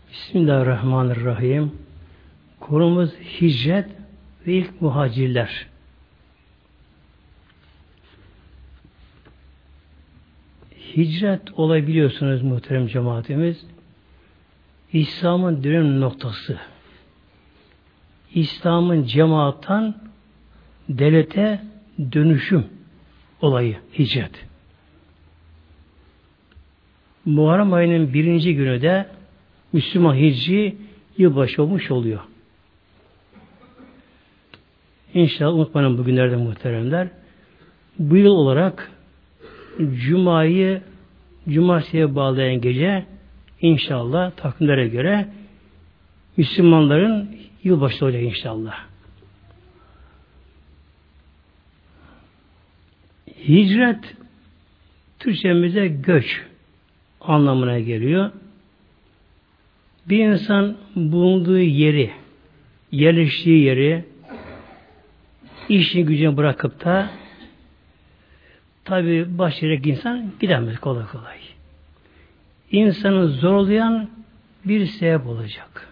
Bismillahirrahmanirrahim. Konumuz hicret ve ilk muhacirler. Hicret olabiliyorsunuz muhterem cemaatimiz. İslam'ın dönüm noktası. İslam'ın cemaattan devlete dönüşüm olayı hicret. Muharrem ayının 1. günü de Müslüman hicri yılbaşı olmuş oluyor. İnşallah unutmayın bugünlerde muhteremler. Bu yıl olarak Cumartesi'ye bağlayan gece inşallah takvimlere göre Müslümanların yılbaşı olacak inşallah. Hicret Türkçemizde göç anlamına geliyor. Bir insan bulunduğu yeri, yerleştiği yeri, işini gücünü bırakıp da tabi başlayarak insan gidemez kolay kolay. İnsanı zorlayan bir sebep olacak.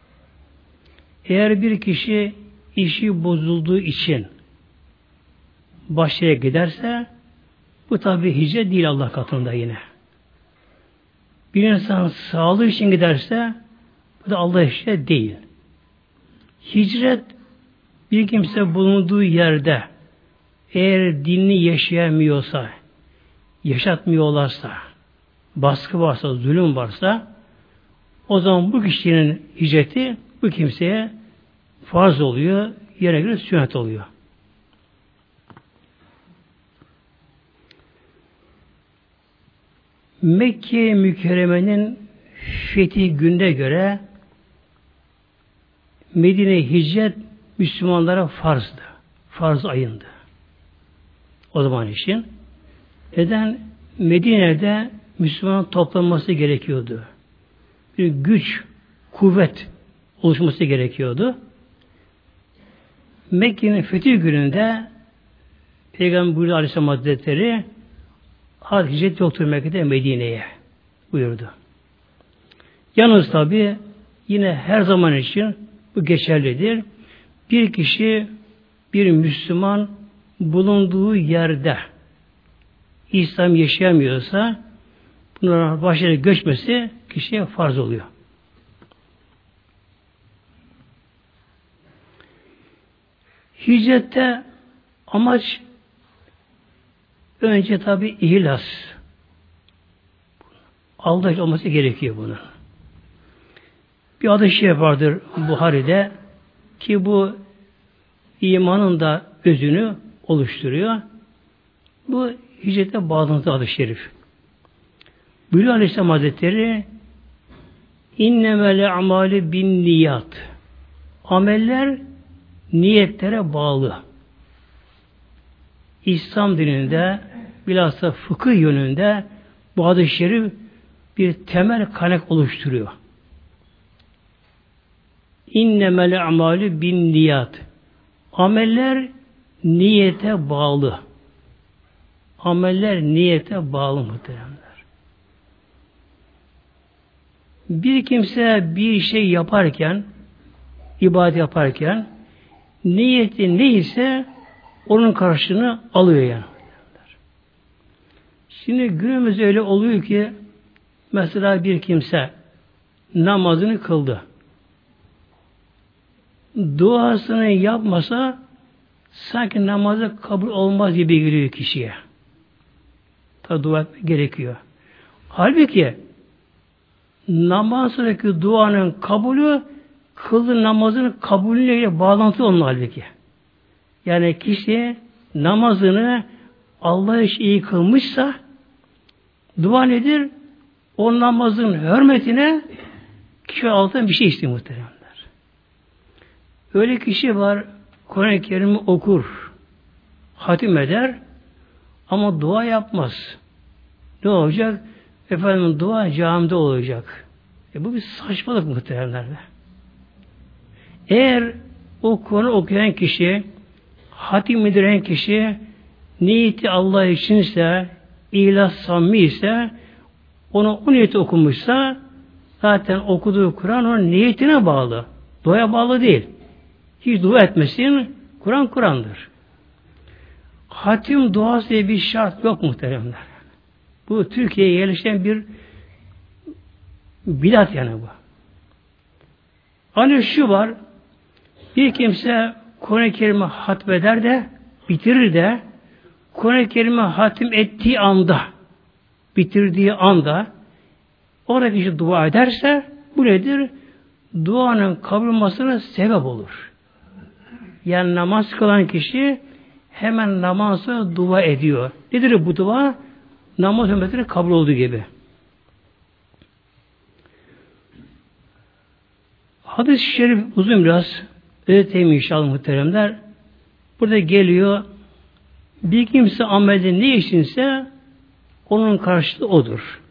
Eğer bir kişi işi bozulduğu için başlayarak giderse bu tabi hicret değil Allah katında yine. Bir insan sağlığı için giderse bu da Allah işi değil. Hicret bir kimse bulunduğu yerde eğer dinini yaşayamıyorsa, yaşatmıyorlarsa, baskı varsa, zulüm varsa o zaman bu kişinin hicreti bu kimseye farz oluyor, yere göre sünnet oluyor. Mekke mükerremenin fethi gününe göre Medine hicret Müslümanlara farzdı. Farz ayındı. O zaman için. Neden? Medine'de Müslüman toplanması gerekiyordu. Bir güç, kuvvet oluşması gerekiyordu. Mekke'nin fethi gününde Peygamber buyurdu Aleyhisselam Hazretleri hadi hicret yoktur Mekke'de Medine'ye buyurdu. Yalnız tabi yine her zaman için bu geçerlidir. Bir kişi, bir Müslüman bulunduğu yerde İslam yaşayamıyorsa bunlara başarı göçmesi kişiye farz oluyor. Hicrette amaç önce tabi ihlas. Allah olması gerekiyor bunun. Bir adı şey vardır Buhari'de ki bu imanın da özünü oluşturuyor. Bu hicrete bağlantılı adı şerif. Buyuruyor Aleyhisselam Hazretleri İnnemel amali bin niyat. Ameller niyetlere bağlı. İslam dininde bilhassa fıkıh yönünde bu adı şerif bir temel kaynak oluşturuyor. İnnemel amali bin niyat. Ameller niyete bağlı. Ameller niyete bağlı muhteremler. Bir kimse bir şey yaparken, ibadet yaparken niyeti neyse onun karşılığını alıyor yani. Şimdi günümüzde öyle oluyor ki mesela bir kimse namazını kıldı. Duasını yapmasa sanki namazı kabul olmaz gibi geliyor kişiye. Tabi dua etmek gerekiyor. Halbuki namaz sonraki duanın kabulü kıldığı namazın kabulüyle bağlantılı onun halbuki. Yani kişi namazını Allah için iyi kılmışsa dua nedir? O namazın hürmetine kişi altından bir şey istiyor muhteremler. Öyle kişi var Kur'an-ı Kerim'i okur, hatim eder ama dua yapmaz. Ne olacak? Efendim dua camide olacak. Bu bir saçmalık muhteremler. Eğer o Kur'an'ı okuyan kişi, hatim edilen kişi niyeti Allah içinse, ihlas samimi ise, ona o niyeti okumuşsa Zaten okuduğu Kur'an onun niyetine bağlı. Duaya bağlı değil. Hiç dua etmesin, Kur'an Kur'an'dır. Hatim duası diye bir şart yok muhteremler. Bu Türkiye'ye yerleşen bir bidat yani bu. Hani şu var, bir kimse Kur'an-ı Kerim'i hatmeder de, bitirir de, Kur'an-ı Kerim'i hatim ettiği anda, bitirdiği anda, orada kişi dua ederse, bu nedir? Duanın kabul olmasına sebep olur. Yani namaz kılan kişi, hemen namazı dua ediyor. Nedir bu dua? Namaz ümmetine kabul olduğu gibi. Hadis-i şerif uzun biraz. Özeteyim inşallah muhteremler. Burada geliyor. Bir kimse amelde ne işinse onun karşılığı odur.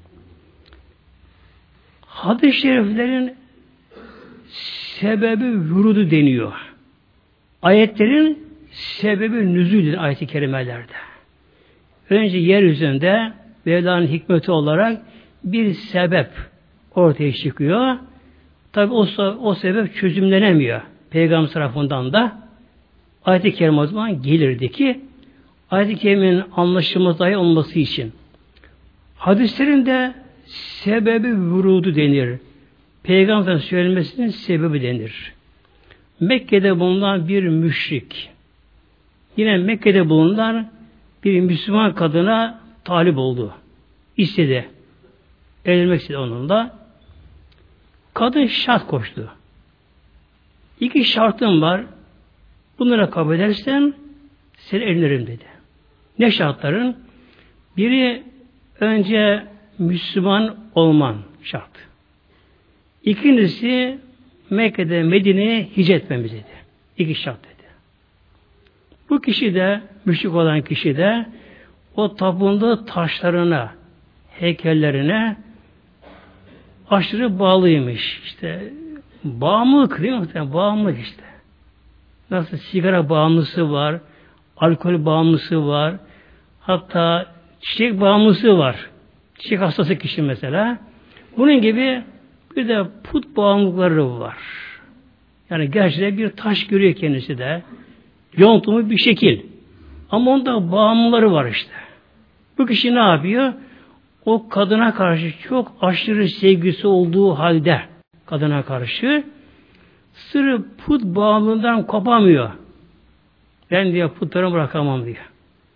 Hadis-i şeriflerin sebebi vurudu deniyor. Ayetlerin sebebi nüzüldür ayet-i kerimelerde. Önce yeryüzünde Mevla'nın hikmeti olarak bir sebep ortaya çıkıyor. Tabi o sebep çözümlenemiyor. Peygamber tarafından da ayet-i kerime o zaman gelirdi ki ayet-i kerimenin anlaşılması dahi olması için. Hadislerin de sebebi vurudu denir. Peygamber'in söylenmesinin sebebi denir. Mekke'de bulunan bir müşrik, yine Mekke'de bulunan bir Müslüman kadına talip oldu. İstedi. Evlenmek istedi onunla. Kadın şart koştu. 2 şartım var. Bunlara kabul edersen seni evlenirim dedi. Ne şartların? Biri önce Müslüman olman şart. İkincisi Mekke'de Medine'ye hicret etmemiz dedi. 2 şart dedi. Bu kişi de, müşrik olan kişi de o tapındığı taşlarına, heykellerine aşırı bağlıymış. İşte bağımlılık değil mi? Bağımlılık işte. Nasıl sigara bağımlısı var, alkol bağımlısı var, hatta çiçek bağımlısı var. Çiçek hastası kişi mesela. Bunun gibi bir de put bağımlılıkları var. Yani gerçekten bir taş görüyor kendisi de. Yontumu bir şekil. Ama onda bağımlıları var işte. Bu kişi ne yapıyor? O kadına karşı çok aşırı sevgisi olduğu halde kadına karşı sırf put bağımlılığından kopamıyor. Ben diyor putları bırakamam diyor.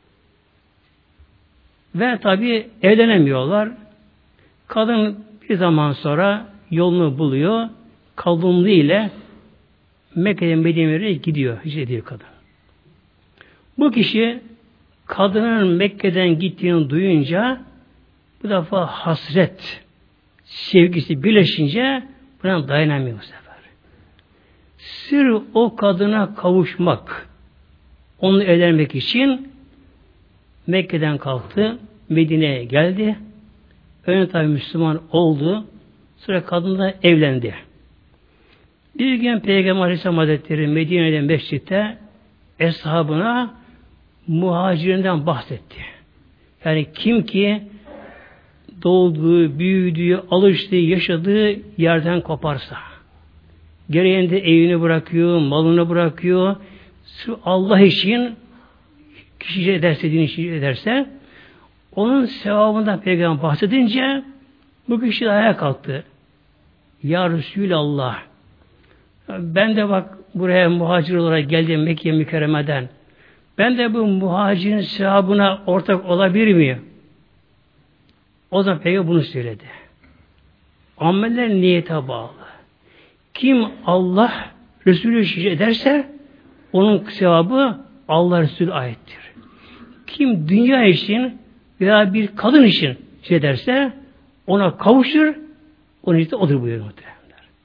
Ve tabi evlenemiyorlar. Kadın bir zaman sonra yolunu buluyor. Kadınlığı ile Mekke'den Medine'ye gidiyor. Hicret ediyor kadın. Bu kişi kadının Mekke'den gittiğini duyunca bu defa hasret sevgisi birleşince buna dayanamıyor bu sefer. Sırf o kadına kavuşmak, onunla evlenmek için Mekke'den kalktı, Medine'ye geldi. Önce tabi Müslüman oldu. Sonra kadınla evlendi. Bir gün Peygamber Aleyhisselam Hazretleri Medine'de mescitte eshabına muhacirinden bahsetti. Yani kim ki doğduğu, büyüdüğü, alıştığı, yaşadığı yerden koparsa, gereğinde evini bırakıyor, malını bırakıyor, Allah için kişi ederse, din için ederse, onun sevabından Peygamber bahsedince bu kişi ayağa kalktı. Ya Resulallah, ben de bak buraya muhacir olarak geldim Mekke mükerremeden. Ben de bu muhacirin sevabına ortak olabilir miyim? O zaman Peygamber bunu söyledi. Ameller niyete bağlı. Kim Allah Resulü şiir ederse onun sevabı Allah Resulü aittir. Kim dünya için veya bir kadın için şiir ederse ona kavuşur, onun için odur buyuruyor muhtemelen.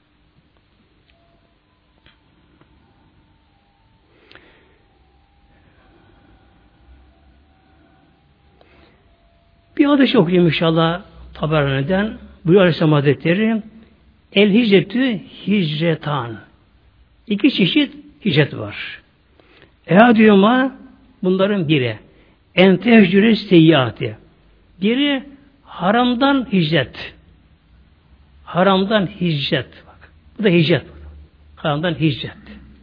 Bir hadis okuyayım inşallah Taberani'den. Buyuruyor Aleyhisselam Hazretleri El hicretü hicretan. 2 çeşit hicret var. Ehadiyuma bunların biri. Entehcüre seyyati. Biri haramdan hicret. haramdan hicret. Bak. Bu da hicret. Haramdan hicret.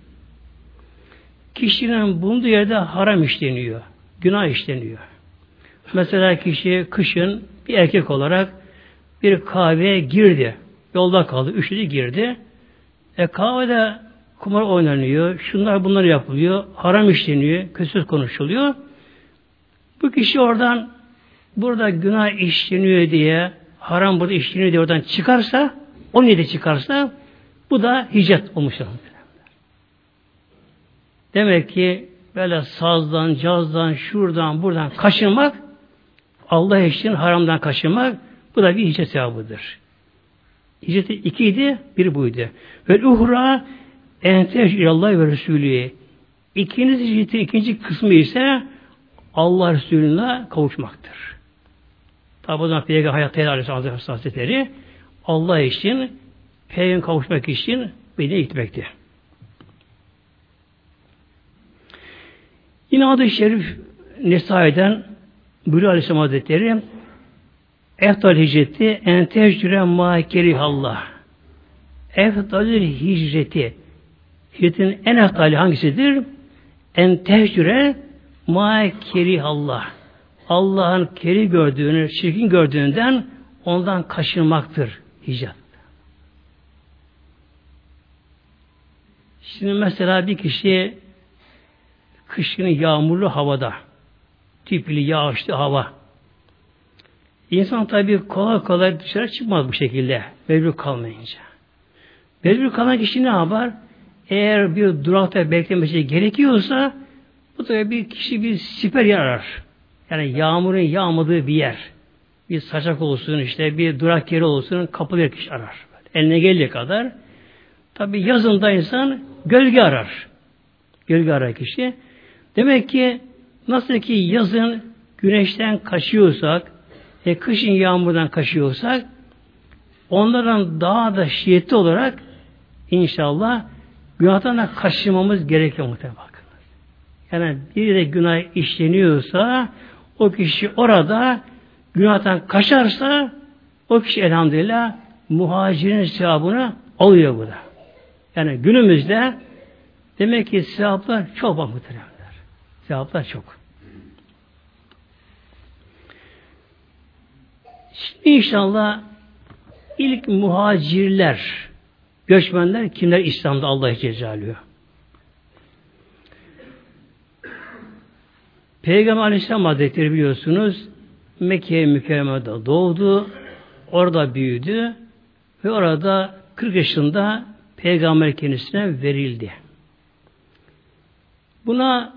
Kişinin bulunduğu yerde haram işleniyor. Günah işleniyor. Mesela kişi kışın bir erkek olarak bir kahveye girdi. Yolda kaldı. Üşüdü girdi. Kahvede kumar oynanıyor. Şunlar bunlar yapılıyor. Haram işleniyor. Kötü konuşuluyor. Bu kişi oradan burada günah işleniyor diye haram burada işleniyor diye oradan çıkarsa o niyete çıkarsa bu da hicret olmuş. Demek ki böyle sazdan, cazdan, şuradan, buradan kaçınmak Allah için haramdan kaçınmak bu da bir hicret sevabıdır. Hicreti ikiydi, biri buydu. Ve uhra enteş ilallah ve Resulü'ye. İkinci kısmı ise Allah Resulü'ne kavuşmaktır. Tabi o zaman Peygamber hayatta Aleyhisselam Hazretleri Allah için, Peygamber kavuşmak için Medine'ye gitmekti. Yine adı şerif Nesai'den buyuruyor Aleyhisselam Hazretleri Eftal hicreti en tecrübe mâkerihallah. Eftalül hicreti. Hicretin en eftali hangisidir? En tecrübe mâkerihallah. Allah'ın keri gördüğünü, çirkin gördüğünden ondan kaçınmaktır hicret. Şimdi mesela bir kişi kışın yağmurlu havada, tipli yağışlı hava. İnsan tabii kolay kolay dışarı çıkmaz bu şekilde. Mecbur kalmayınca. Mecbur kalan kişi ne yapar? Eğer bir durakta beklemesi gerekiyorsa bu da bir kişi bir siper yer arar. Yani yağmurun yağmadığı bir yer. Bir saçak olsun işte bir durak yeri olsun kapı bir kişi arar. Eline geldiği kadar. Tabii yazında insan gölge arar. Gölge arar kişi. Demek ki nasıl ki yazın güneşten kaçıyorsak kışın yağmurdan kaçıyorsak onlardan daha da şiddetli olarak inşallah günahtan da kaçınmamız gerekiyor muhtemelen. Yani bir de günah işleniyorsa o kişi orada günahtan kaçarsa o kişi elhamdülillah muhacirin sevabını alıyor burada. Yani günümüzde demek ki sevaplar çok var muhtemelen. Sevaplar çok. Şimdi inşallah ilk muhacirler, göçmenler kimler İslam'da Allah Celle. Peygamber Aleyhisselam Hazretleri biliyorsunuz Mekke-i Mükerreme'de doğdu, orada büyüdü ve orada 40 yaşında Peygamber kendisine verildi. Buna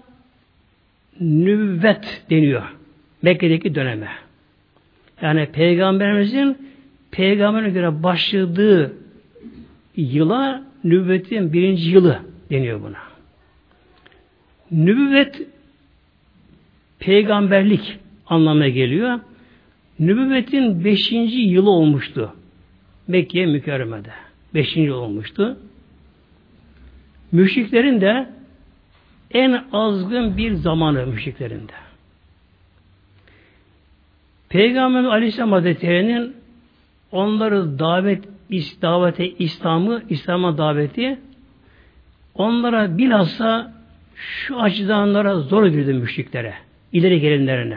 nüvvet deniyor. Mekke'deki döneme. Yani Peygamberimizin Peygamber'e göre başladığı yıla nübüvvetin 1. yılı deniyor buna. Nübüvvet peygamberlik anlamına geliyor. Nübüvvetin 5. yılı olmuştu. Mekke Mükerreme'de. 5. yıl olmuştu. Müşriklerin de en azgın bir zamanı müşriklerin de. Peygamber Aleyhisselam Hazretleri'nin onları İslam'a daveti onlara bilhassa şu açıdanlara zor girdi müşriklere, ileri gelenlerine.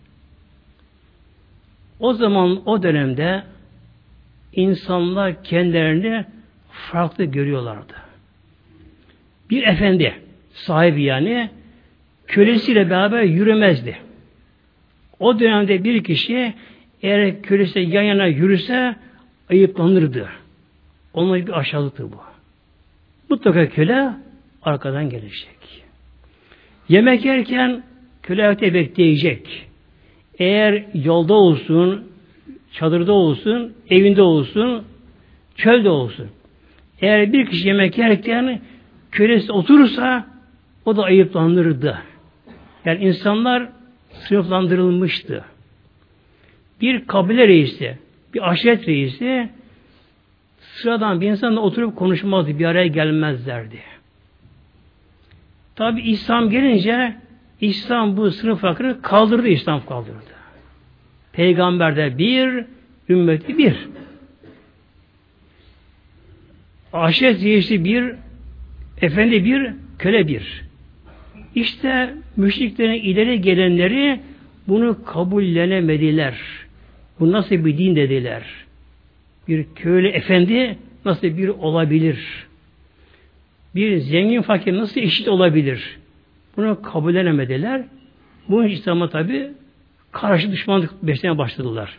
O zaman o dönemde insanlar kendilerini farklı görüyorlardı. Bir efendi, sahibi yani, kölesiyle beraber yürümezdi. O dönemde bir kişi eğer kölesi yan yana yürüse ayıplanırdı. Onun bir aşağılıktır bu. Mutlaka köle arkadan gelecek. Yemek yerken köle ayakta bekleyecek. Eğer yolda olsun, çadırda olsun, evinde olsun, çölde olsun. Eğer bir kişi yemek yerken kölesi oturursa o da ayıplanırdı. Yani insanlar sınıflandırılmıştı. Bir kabile reisi, bir aşiret reisi sıradan bir insanla oturup konuşmazdı, bir araya gelmezlerdi. Tabi İslam gelince İslam bu sınıf farkını kaldırdı, İslam kaldırdı. Peygamber de bir, ümmeti bir. aşiret ziyesi bir, efendi bir, köle bir. İşte müşriklerin ileri gelenleri bunu kabullenemediler. Bu nasıl bir din dediler. Bir köylü efendi nasıl bir olabilir? Bir zengin fakir nasıl eşit olabilir? Bunu kabullenemediler. Bunun İslam'a tabi karşı düşmanlık beslemeye başladılar.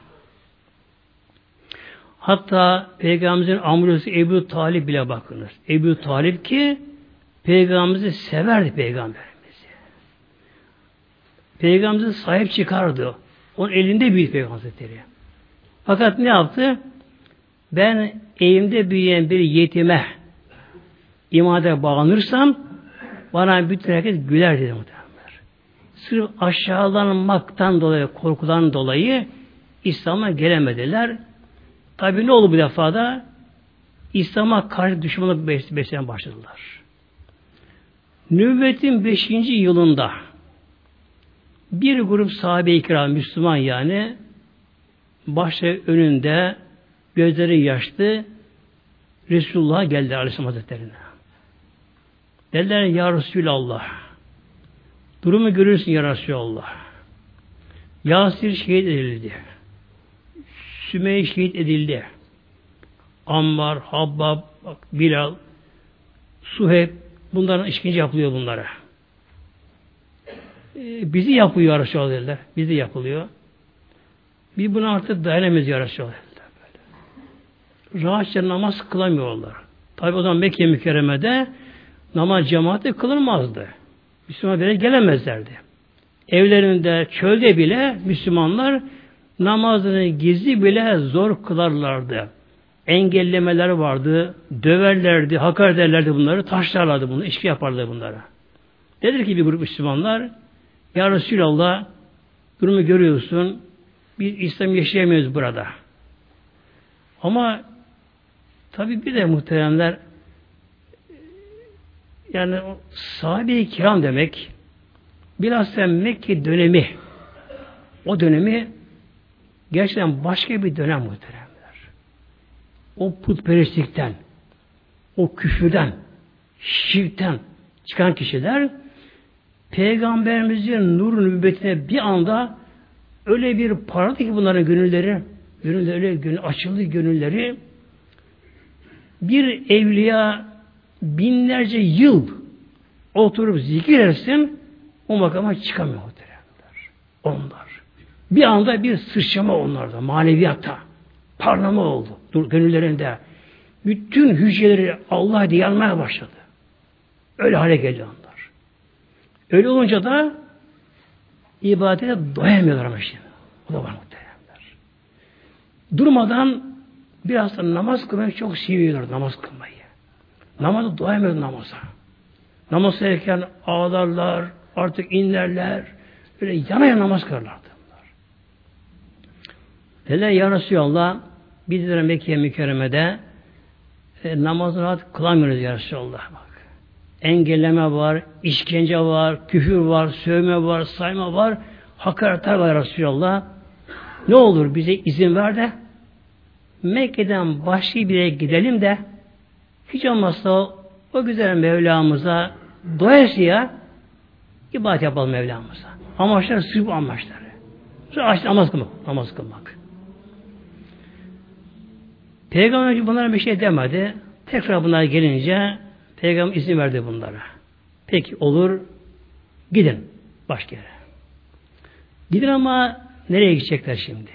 Hatta Peygamberimizin amcası Ebu Talib bile bakınız. Ebu Talib ki Peygamberimizi severdi Peygamberimizi. Peygamberimize sahip çıkardı. Onun elinde büyüdü Peygamber Hazretleri. Fakat ne yaptı? Ben evimde büyüyen bir yetime imada bağlanırsam bana bütün herkes güler dedi muhtemelen. Sırf aşağılanmaktan dolayı, korkudan dolayı İslam'a gelemediler. Tabi ne oldu bu defa da? İslam'a karşı düşmanlık beslemeye başladılar. Nübüvvetin 5. yılında bir grup sahabe-i kiram, Müslüman yani, başı önünde, gözleri yaşlı, Resulullah'a geldi Aleyhisselam Hazretleri'ne. Dediler, Ya Resulallah, durumu görürsün Ya Resulallah. Yasir şehit edildi. Sümeyye şehit edildi. Ammar, Habbab, Bilal, Suheyb, bunların işkence yapılıyor bunlara. Bizi yapıyor Ya Resulallah dediler. Bizi yapılıyor. Biz buna artık dayanamayız Ya Resulallah dediler. Rahatça namaz kılamıyorlar. Tabi o zaman Mekke mükerremede namaz cemaati kılınmazdı. Müslüman böyle gelemezlerdi. Evlerinde, çölde bile Müslümanlar namazını gizli bile zor kılarlardı. Engellemeler vardı, döverlerdi, hakaret ederlerdi bunları, taşlarlardı bunu, içki yaparlardı bunlara. Dedi ki bir grup Müslümanlar, Ya Resulallah, durumu görüyorsun, biz İslam yaşayamıyoruz burada. Ama tabi bir de muhteremler, yani sahabe-i kiram demek, bilhassa Mekke dönemi, o dönemi gerçekten başka bir dönem muhteremler. O putperestlikten, o küfürden, şirkten çıkan kişiler, Peygamberimizin nur nübüvvetine bir anda öyle bir parladı ki bunların gönülleri öyle açıldı gönülleri. Bir evliya binlerce yıl oturup zikir etsin, o makama çıkamıyor muhteremler. Onlar. Bir anda bir sıçrama onlarda, maneviyatta. Parlama oldu. Gönüllerinde. Bütün hücreleri Allah diye yanmaya başladı. Öyle hale geldi onlar. Öyle olunca da ibadete doyamıyorlar ama şimdi. O da var muhteremler. Durmadan biraz da namaz kılmayı çok seviyorlar, namaz kılmayı. Namazı doyamıyor namaza. Namaz kılarken ağlarlar, artık inlerler. Böyle yana namaz kılarlardı. Dediler Ya Resulallah, biz de Mekke mükerremede namazı rahat kılamıyoruz Ya Resulallah. Bak. Engelleme var, işkence var, küfür var, sövme var, sayma var, hakaretler var Ya Resulallah. Ne olur bize izin ver de Mekke'den başka bir yere gidelim de hiç olmazsa o güzel Mevlamıza doyasıya ibadet yapalım Mevlamıza. Amaçlar sırf amaçları. Sonra namaz kılmak. Peygamber bunlara bir şey demedi. Tekrar bunlar gelince Peygamber izin verdi bunlara. Peki olur, gidin başka yere. Gidin ama nereye gidecekler şimdi?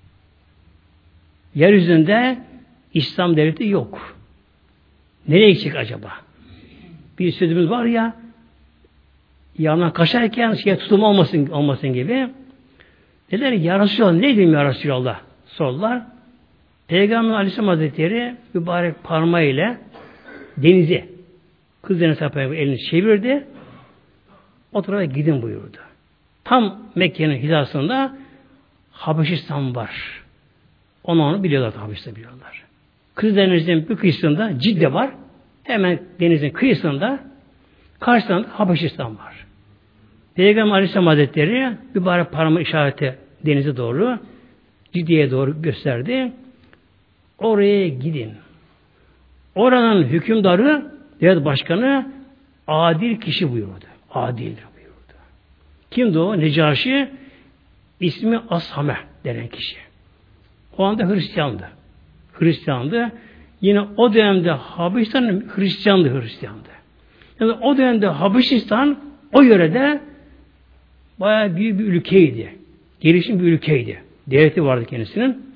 Yeryüzünde İslam devleti yok. Nereye gidecek acaba? Bir sözümüz var ya, yandan kaçarken tutulma olmasın gibi. Dediler Ya Resulallah, ne diyeyim Ya Resulallah? Sordular. Peygamber Aleyhisselam Hazretleri mübarek parmağıyla denizi, kız denizi elini çevirdi. O tarafa gidin buyurdu. Tam Mekke'nin hizasında Habeşistan var. Onu biliyorlar, Habeşistan biliyorlar. Kız denizinin bir kıyısında Cidde var. Hemen denizin kıyısında karşısında Habeşistan var. Peygamber Aleyhisselam Hazretleri mübarek parmağı işareti denize doğru, Cidde'ye doğru gösterdi. Oraya gidin. Oranın hükümdarı, devlet başkanı adil kişi buyurdu. Adildir buyurdu. Kimdi o? Necaşi, ismi Ashame denen kişi. O anda Hristiyandı. Hristiyandı. Yine o dönemde Habeşistan Hristiyandı. Yani o dönemde Habeşistan o yörede bayağı büyük bir ülkeydi. Gelişmiş bir ülkeydi. Devleti vardı kendisinin.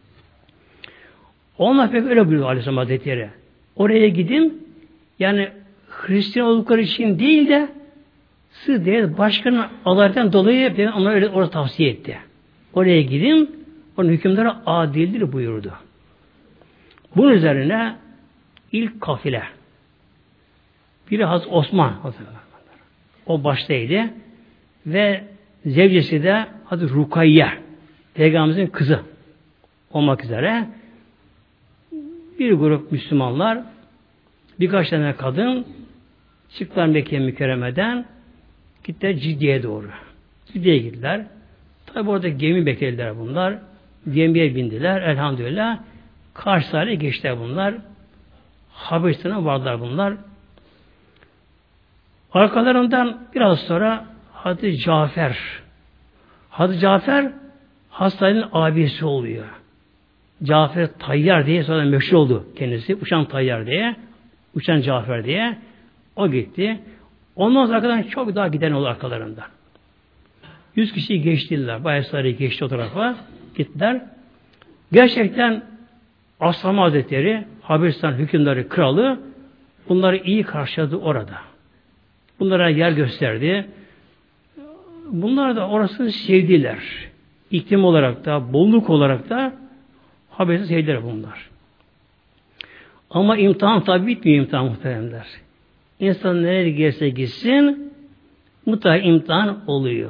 Onlar pek öyle buyurdu Aleyhisselam Hazretleri. Oraya gidin, yani Hristiyan oldukları için değil de sırf devlet başkanı alaydan dolayı onlara öyle orada tavsiye etti. Oraya gidin, onun hükümdarı adildir buyurdu. Bunun üzerine ilk kafile, biri Hazreti Osman, o baştaydı ve zevcesi de Hazreti Rukayye, Peygamberimizin kızı olmak üzere bir grup Müslümanlar, birkaç tane kadın çıktılar Mekke mükerremeden, gittiler Ciddiye'ye doğru. Ciddiye'ye gittiler. Tabi orada gemi beklediler bunlar. Gemiye bindiler. Elhamdülillah. Karşı sahile geçtiler bunlar. Habeşistan'a vardılar bunlar. Arkalarından biraz sonra Hazreti Cafer. Hazreti Cafer Hasan'ın abisi oluyor. Cafer Tayyar diye sonra meşhur oldu kendisi. Uçan Tayyar diye. Uçan Cafer diye. O gitti. Ondan sonra arkadan çok daha giden oldu arkalarından. 100 kişiyi geçtiler. Bayağı sarı geçti o tarafa. Gittiler. Gerçekten Aslam Hazretleri, Habeşistan hükümdarı, kralı bunları iyi karşıladı orada. Bunlara yer gösterdi. Bunlar da orasını sevdiler. İklim olarak da, bolluk olarak da Habeşistan sevdiler bunlar. Ama imtihan tabi bitmiyor imtihan muhteremler. İnsan nereye gelirse gitsin mutlaka imtihan oluyor.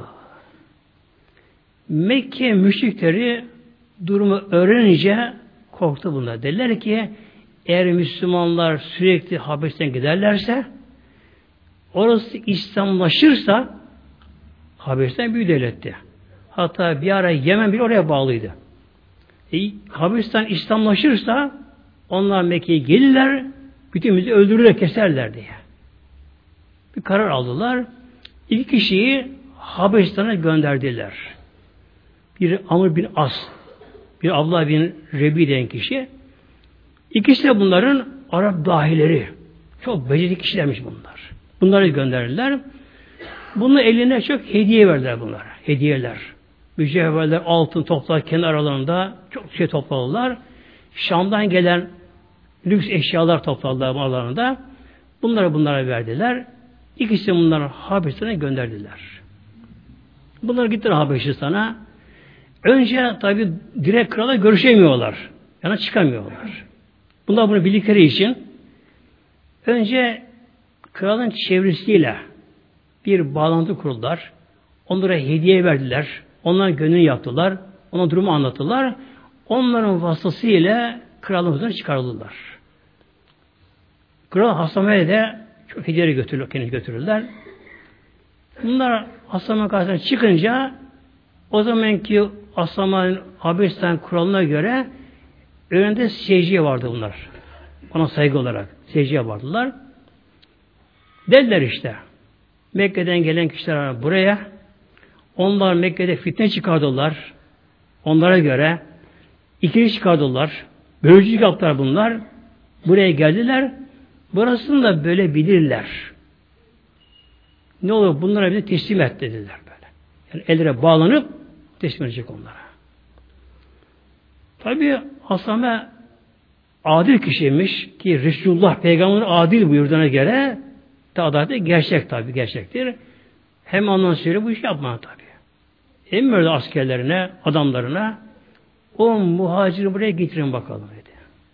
Mekke müşrikleri durumu öğrenince korktu bunlar. Dediler ki eğer Müslümanlar sürekli Habeşistan'a giderlerse orası İslamlaşırsa Habeşistan büyük devletti. Hatta bir ara Yemen bile oraya bağlıydı. Habeşistan İslamlaşırsa onlar Mekke'ye gelirler, bütünümüzü öldürürler, keserler diye. Bir karar aldılar. İki kişiyi Habeşistan'a gönderdiler. Biri Amr bin As, bir Abdullah bin Rebi denen kişi. İkisi de bunların Arap dahileri. Çok becerikli kişilermiş bunlar. Bunları gönderdiler. Bunun eline çok hediye verdiler bunlara. Hediyeler. Mücevherler, altın toplar kendi aralarında çok şey topladılar. Şam'dan gelen lüks eşyalar topladılar aralarında. Bunlara verdiler. İkisi bunları Habeşistan'a gönderdiler. Bunlar gittiler Habeşistan'a. Önce tabi direkt krala görüşemiyorlar. Yani çıkamıyorlar. Bunlar bunu bildikleri için önce kralın çevresiyle bir bağlantı kurdular. Onlara hediye verdiler. Onların gönlünü yaptılar. Ona durumu anlattılar. Onların vasıtasıyla kralın huzuruna çıkarıldılar. Kral Hasame'ye de çok hediyeleri götürürler. Bunlar Hasame'nin karşısına çıkınca o zamanki Hasame'nin Habeşistan kuralına göre önünde secdeye vardı bunlar. Ona saygı olarak secdeye vardılar. Dediler işte Mekke'den gelen kişiler buraya, onlar Mekke'de fitne çıkardılar. Onlara göre ikili çıkardılar. Bölücülük yaptılar bunlar. Buraya geldiler. Burasını da böyle bilirler. Ne olur bunlara bize teslim et dediler böyle. Yani ellere bağlanıp teslim edecek onlara. Tabi Hasame adil kişiymiş ki Resulullah Peygamber adil buyurduğuna göre adalet gerçek tabi gerçektir. Hem ondan sonra bu işi yapma tabi. Emredi askerlerine, adamlarına o muhaciri buraya getirin bakalım dedi.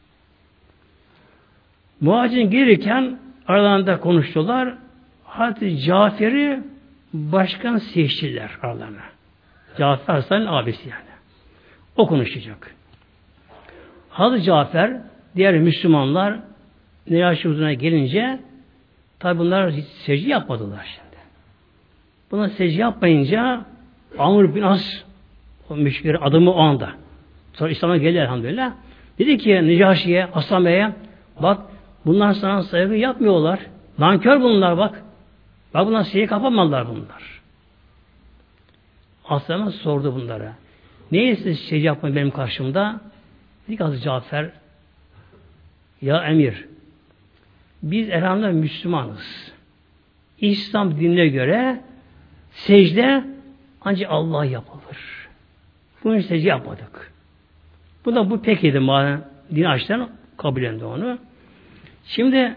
Muhacirin gelirken aralarında konuştular. Hazreti Cafer'i başkan seçtiler aralarına. Cafer Hasan'ın abisi yani. O konuşacak. Hazreti Cafer diğer Müslümanlar Necaşi huzuruna gelince tabi bunlar hiç secde yapmadılar şimdi. Buna secde yapmayınca Amr bin As o müşriklerin adamı o anda. Sonra İslam'a geldi elhamdülillah. Dedi ki Necaşi'ye, Hasame'ye bak Bunlar sana saygı yapmıyorlar. Nankör bunlar bak. Bak bunlar şeyi kapamadılar bunlar. Aslan'a sordu bunlara. Neye siz şey yapmayın benim karşımda? Dedi ki Hazreti Cafer, ya emir, biz elhamdülillah Müslümanız. İslam dinine göre secde ancak Allah'a yapılır. Bunun için secde yapmadık. Bu pek idi madem din açtan kabul etti onu. Şimdi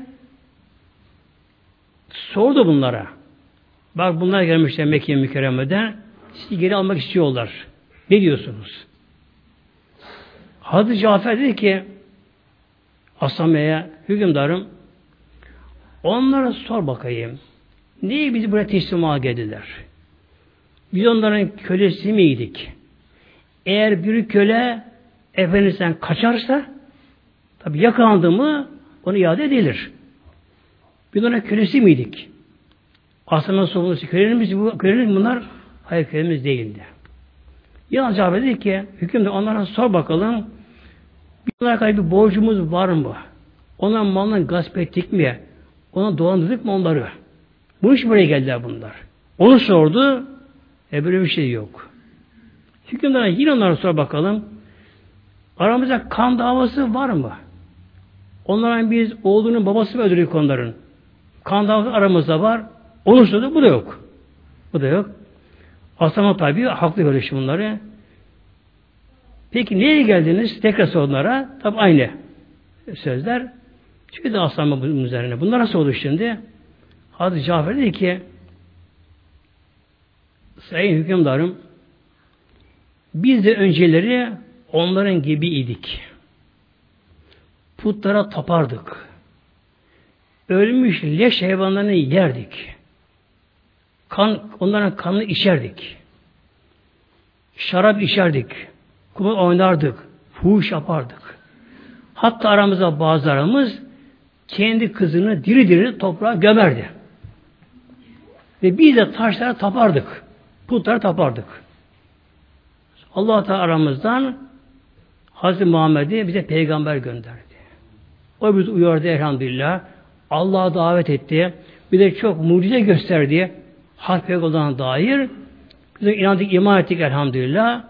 sordu bunlara. Bak bunlar gelmişler Mekke mükerremeden. Sizi geri almak istiyorlar. Ne diyorsunuz? Hazreti Cafer dedi ki Asame'ye, hükümdarım, onlara sor bakayım. Niye bizi buraya teslim geldiler? Biz onların kölesi miydik? Eğer bir köle efendisinden kaçarsa tabi yakalandı mı onu iade edilir. Biz onların kölesi miydik? Aslında sorulması kölemiz bunlar? Hayır, kölemiz değildi. Yalnız cevap dedi ki hükümdar onlara sor bakalım onlara kadar bir borcumuz var mı? Onların malını gasp ettik mi? Ona dolandırdık mı onları? Bu iş buraya geldiler bunlar. Onu sordu. Böyle bir şey yok. Hükümdar yine onlara sor bakalım. Aramızda kan davası var mı? Onların biz oğlunun babası mı öldürdük onların? Kan davası aramızda var. Onu sordu. Bu da yok. Bu da yok. Aslan tabi haklı böyle bunları. Peki nereye geldiniz? Tekrar sorunlara. Tabi aynı sözler. Çünkü de aslan bunun üzerine. Bunlar nasıl oldu şimdi? Hazreti Cafer dedi ki sayın hükümdarım biz de önceleri onların gibi idik. Putlara tapardık. Ölmüş leş hayvanlarını yerdik. Onların kanını içerdik. Şarap içerdik. Kumar oynardık. Fuhuş yapardık. Hatta aramızda bazılarımız kendi kızını diri diri toprağa gömerdi. Ve biz de taşlara tapardık. Putlara tapardık. Allah Teala aramızdan Hazreti Muhammed'i bize peygamber gönderdi. O bizi uyardı elhamdülillah. Allah'a davet etti. Bir de çok mucize gösterdi. Hak peygamberine dair. Biz de inandık, iman ettik elhamdülillah.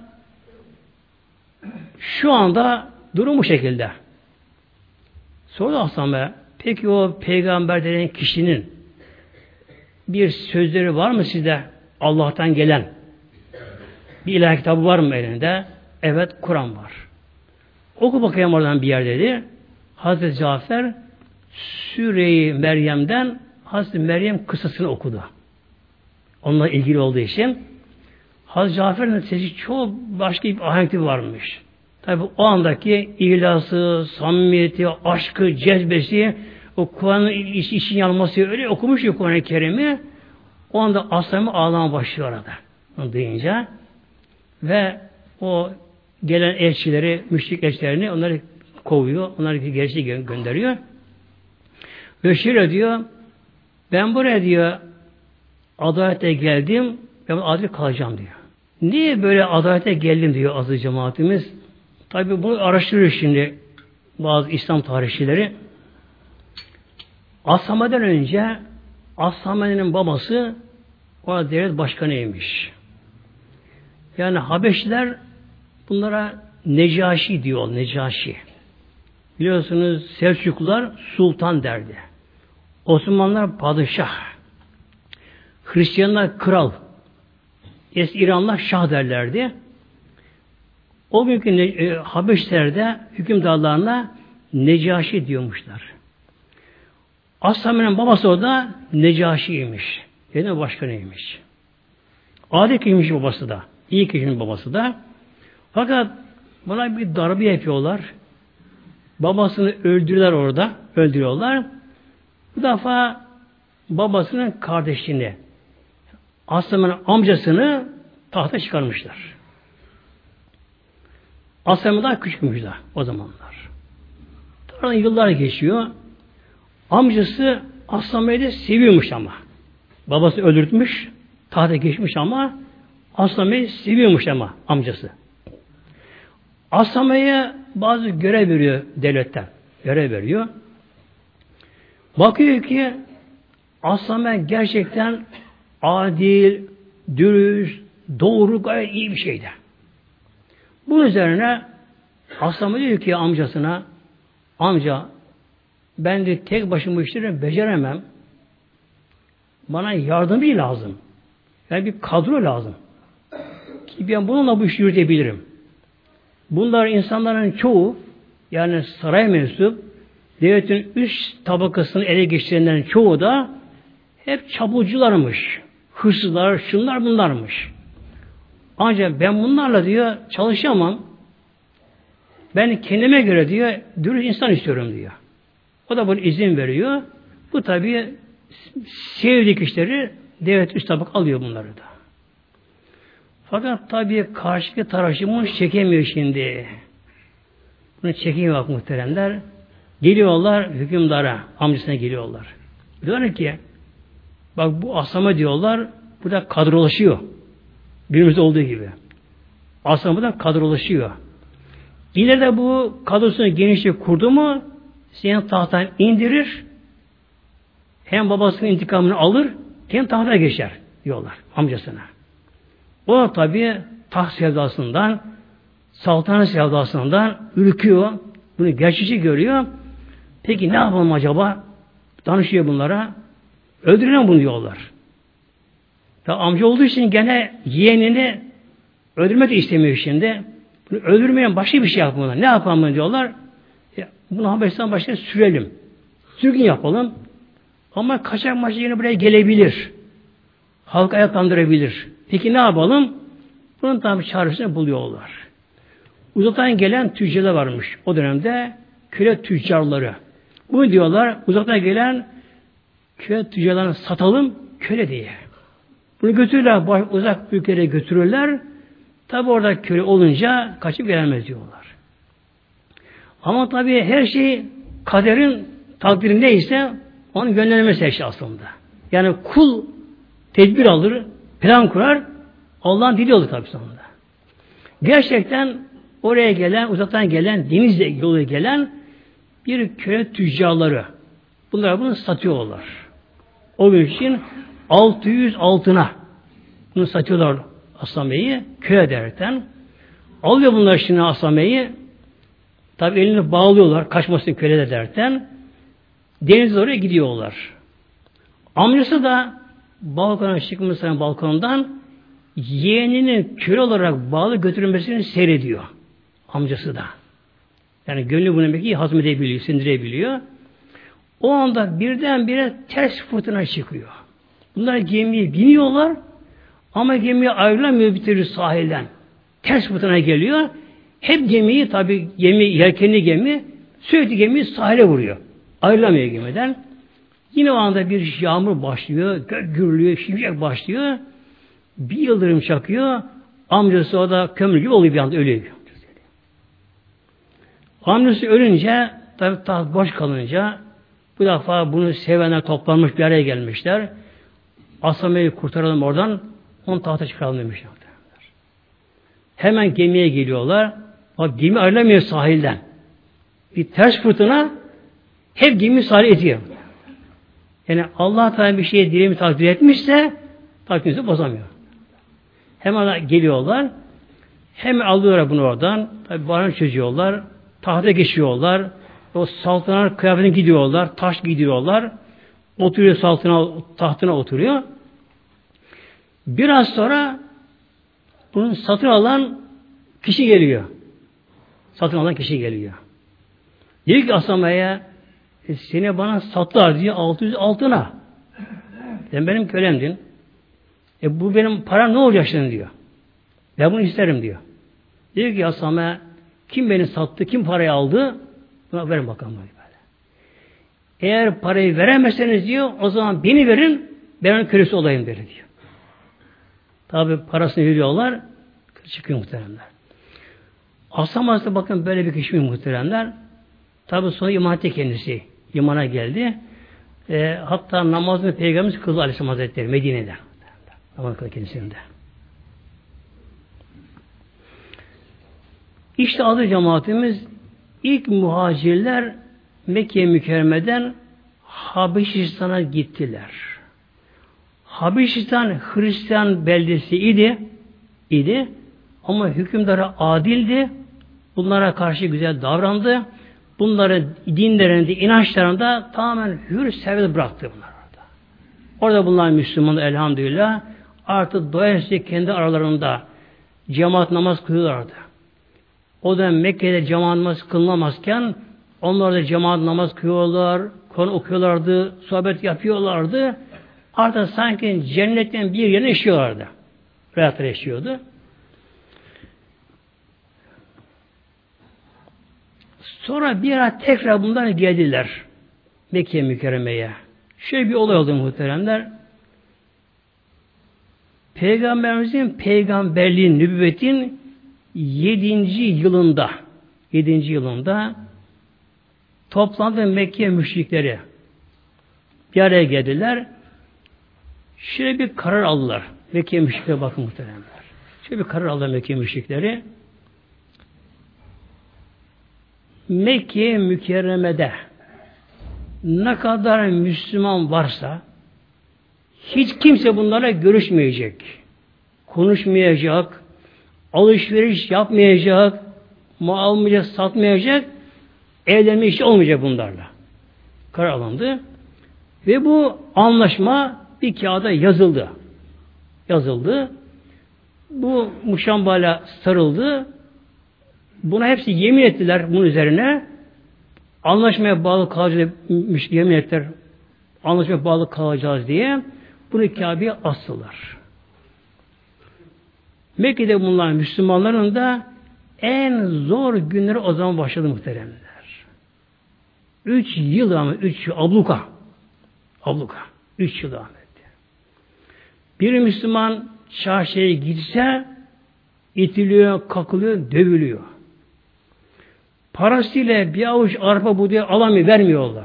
Şu anda durum bu şekilde. Sordu Aslan, peki o peygamber denen kişinin bir sözleri var mı sizde Allah'tan gelen? Bir ilahi kitabı var mı elinde? Evet, Kur'an var. Oku bakayım oradan bir yer dedi. Hazreti Cafer Süre-i Meryem'den Hazreti Meryem kıssasını okudu. Onunla ilgili olduğu için Hazreti Cafer'in sesi çok başka bir ahenkli varmış. Tabi o andaki ihlası, samimiyeti, aşkı, cezbesi, o Kur'an'ın için yanması öyle okumuş ki Kur'an-ı Kerim'i, o anda aslanı ağlama başlıyor orada. Onu duyunca ve o gelen elçileri, müşrik elçilerini onları kovuyor, onları gerisi gönderiyor. Ve şöyle diyor, ben buraya diyor adalete geldim, ben adalet kalacağım diyor. Niye böyle adalete geldim diyor azı cemaatimiz. Tabi bunu araştırıyor şimdi bazı İslam tarihçileri. Ashame'den önce Ashame'nin babası o devlet başkanıymış. Yani Habeşliler bunlara Necaşi diyor, Necaşi. Biliyorsunuz Selçuklular sultan derdi. Osmanlılar padişah. Hristiyanlar kral. Eski İranlar şah derlerdi. O günkü Habeşlerde hükümdarlarına Necaşi diyormuşlar. Ashame'nin babası o da Necaşi'ymiş. Yani başkanıymış. Adi kişiymiş babası da. İyi kişinin babası da. Fakat buna bir darbe yapıyorlar. Babasını öldürüyorlar orada. Öldürüyorlar. Bu defa babasının kardeşini, Ashame'nin amcasını tahta çıkarmışlar. Ashame daha küçükmüş de o zamanlar. Aradan yıllar geçiyor. Amcası Ashame'yi de seviyormuş ama. Babası öldürtmüş, tahta geçmiş ama Ashame'yi seviyormuş ama amcası. Ashame'ye bazı görev veriyor devletten. Görev veriyor. Bakıyor ki Aslame gerçekten adil, dürüst, doğru, gayet iyi bir şeydi. Bunun üzerine Aslame diyor ki amcasına, amca ben de tek başıma bu işleri beceremem. Bana yardımcı lazım. Yani bir kadro lazım. Ki ben bununla bu işi yürütebilirim. Bunlar insanların çoğu, yani saray mensup, devletin üst tabakasını ele geçirenlerin çoğu da hep çapulcularmış. Hırsızlar, şunlar bunlarmış. Ancak ben bunlarla diyor çalışamam. Ben kendime göre diyor dürüst insan istiyorum diyor. O da buna izin veriyor. Bu tabii sevdiği kişileri devlet üst tabak alıyor bunları da. Fakat tabii karşıki tarafımız çekemiyor şimdi. Bunu çekemiyor bak muhteremler. Geliyorlar hükümdara, amcasına geliyorlar. Diyorlar ki bak bu Aslame diyorlar burada kadrolaşıyor. Günümüzde olduğu gibi. Aslame da kadrolaşıyor. İleride bu kadrosunu genişçe kurdu mu senin tahttan indirir hem babasının intikamını alır hem tahta geçer diyorlar amcasına. O da tabi taht sevdasından saltanat sevdasından ürküyor. Bunu gerçekçi görüyor. Peki ne yapalım acaba? Danışıyor bunlara. Öldürelim bunu diyorlar. Ya amca olduğu için gene yeğenini öldürmek de istemiyor şimdi. Bunu öldürmeyen başka bir şey yapmalı. Ne yapalım diyorlar. Ya, bunu Habeşistan başına sürelim. Sürgün yapalım. Ama kaçak maçı yine buraya gelebilir. Halk ayaklandırabilir. Peki ne yapalım? Bunun tam çaresini buluyorlar. Uzaktan gelen tüccarlar varmış. O dönemde köle tüccarları. Bunu diyorlar uzaktan gelen köle tüccarlarını satalım köle diye. Bunu götürürler uzak ülkelere götürürler. Tabi orada köle olunca kaçıp gelemez diyorlar. Ama tabi her şey kaderin takdiri neyse onun gönderilmesi her şey aslında. Yani kul tedbir alır, plan kurar, Allah'ın dili olur tabi sonunda. Gerçekten oraya gelen, uzaktan gelen, deniz yolu gelen bir köle tüccarları. Bunlar bunu satıyorlar. O gün için 600 altına bunu satıyorlar Aslame'yi köye derken. Alıyor bunlar şimdi Aslame'yi. Tabi elini bağlıyorlar. Kaçmasın köle derken. Denize oraya gidiyorlar. Amcası da balkona çıkmış balkondan yeğeninin köle olarak bağlı götürülmesini seyrediyor. Amcası da. Yani gönlü bunu belki hazmedebiliyor, sindirebiliyor. O anda birdenbire ters fırtına çıkıyor. Bunlar gemiye biniyorlar ama gemiye ayrılamıyor bir türlü sahilden. Ters fırtına geliyor. Hep gemiyi tabi yelkenli gemi sürekli gemiyi sahile vuruyor. Ayrılamıyor gemiden. Yine o anda bir yağmur başlıyor, gök gürlüyor, şimşek başlıyor. Bir yıldırım çakıyor. Amcası o da kömür gibi oluyor bir anda ölüyor. Amcası ölünce tabi taht boş kalınca bu defa bunu sevenler toplanmış bir araya gelmişler. Aslame'yi kurtaralım oradan onu tahta çıkaralım demişler. Hemen gemiye geliyorlar. Bak gemi ayrılamıyor sahilden. Bir ters fırtına hep gemi sahile itiyor. Yani Allah Teala bir şeye dileğimi takdir etmişse takdirimizi bozamıyor. Hemen geliyorlar. Hemen alıyorlar bunu oradan. Tabi barını çözüyorlar. Tahta geçiyorlar. O saltanat kıyafetine gidiyorlar. Taş gidiyorlar. Oturuyor tahtına oturuyor. Biraz sonra bunun satın alan kişi geliyor. Satın alan kişi geliyor. Diyor ki Aslame'ye seni bana sattılar diyor 600 altına. Sen benim kölemdin. Bu benim param ne olacak şimdi diyor. Ben bunu isterim diyor. Diyor ki Aslame kim beni sattı, kim parayı aldı? Buna verin bakalım. Böyle. Eğer parayı veremezseniz diyor o zaman beni verin ben onun kölesi olayım diyor. Tabi parasını veriyorlar çıkıyor muhteremler. Aslame aslında bakın böyle bir kişi muhteremler. Tabi sonra iman etti kendisi. İmana geldi. Hatta namazını Peygamberimiz kıldı Aleyhisselam Hazretleri Medine'de. Namaz kıldı kendisinde. İşte adı cemaatimiz ilk muhacirler Mekke-i Mükerreme'den Habeşistan'a gittiler. Habeşistan Hristiyan beldesi idi ama hükümdarı adildi. Bunlara karşı güzel davrandı. Bunları dinlerinde, inançlarında tamamen hür serbest bıraktı bunlar orada. Orada bunlar Müslüman elhamdülillah artık doyasıya kendi aralarında cemaat namaz kılıyorlardı. O da Mekke'de cemaat namaz kılınamazken onlar da cemaat namaz kılıyorlar, Kur'an okuyorlardı, sohbet yapıyorlardı. Artık sanki cennetten bir yerine yaşıyorlardı. Rahatlar yaşıyordu. Sonra bir ara tekrar bunlar geldiler Mekke mükerremeye. Şöyle bir olay oldu muhteremler. Peygamberimizin peygamberliğin, nübüvvetin 7. yılında toplandı Mekke müşrikleri. Bir araya geldiler. Şöyle bir karar aldılar. Mekke müşrikleri bakın muhteremler. Şöyle bir karar aldılar Mekke müşrikleri. Mekke mükerremede ne kadar Müslüman varsa hiç kimse bunlara görüşmeyecek. Konuşmayacak, alışveriş yapmayacak, mal almayacak, satmayacak, evlenme işi olmayacak bunlarla. Karar alındı. Ve bu anlaşma bir kağıda yazıldı. Bu muşambala sarıldı. Buna hepsi yemin ettiler bunun üzerine. Anlaşmaya bağlı kalacağız, yemin ettiler. Anlaşmaya bağlı kalacağız diye bunu Kabe'ye astılar. Mekke'de bulunan Müslümanların da en zor günleri o zaman başladı muhteremler. 3 yıl abluka. 3 yıl devam etti. Bir Müslüman çarşıya gitse itiliyor, kakılıyor, dövülüyor. Parasıyla bir avuç arpa buğday alamıyor, vermiyorlar.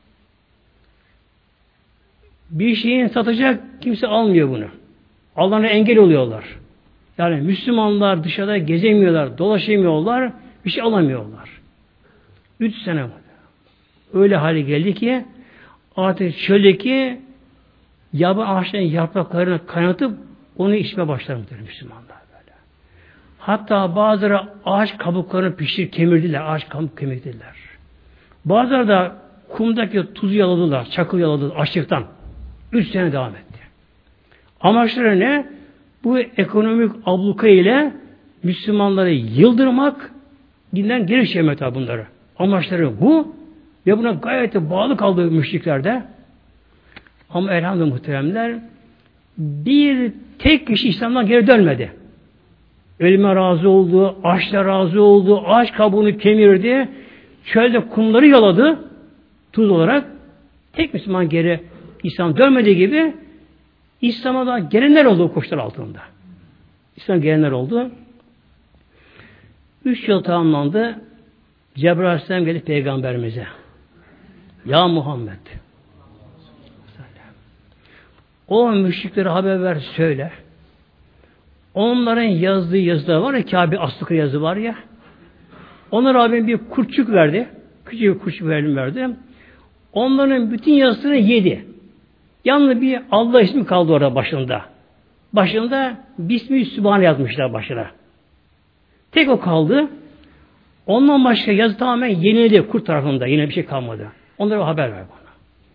Bir şeyin satacak kimse almıyor bunu. Allah'ına engel oluyorlar. Yani Müslümanlar dışarıda gezemiyorlar, dolaşamıyorlar, bir şey alamıyorlar. 3 sene öyle hale geldi ki artık çöldeki yaban ağaçların yapraklarını kaynatıp onu içmeye başlamışlar Müslümanlar böyle. Hatta bazıları ağaç kabuklarını kemirdiler, ağaç kabuk kemirdiler. Bazıları da kumdaki tuzu yaladılar, çakıl yaladılar açlıktan. 3 sene devam etti. Amaçları ne? Bu ekonomik abluka ile Müslümanları yıldırmak, dinden geri çevirmek bunları. Amaçları bu ve buna gayet bağlı kaldı müşriklerde. Ama elhamdülillah muhteremler bir tek kişi İslam'dan geri dönmedi. Ölüme razı oldu, açla razı oldu, ağaç kabuğunu kemirdi, çölde kumları yaladı, tuz olarak. Tek Müslüman geri İslam dönmediği gibi İslam'a da gelenler oldu o koşullar altında. İslam gelenler oldu. 3 yıl tamamlandı. Cebrail Aleyhisselam geldi Peygamberimize. Ya Muhammed, o müşriklere haber ver, söyle. Onların yazdığı yazılar var ya, Kabe astıklı yazı var ya. Onlara Rabbim bir kurtçuk verdi. Küçük bir kurtçuk verdi. Onların bütün yazısını yedi. Yalnız bir Allah ismi kaldı orada başında. Başında Bismillah Sübhane yazmışlar başına. Tek o kaldı. Ondan başka yazı tamamen yenildi kurt tarafında. Yine bir şey kalmadı. Onlara haber ver bana.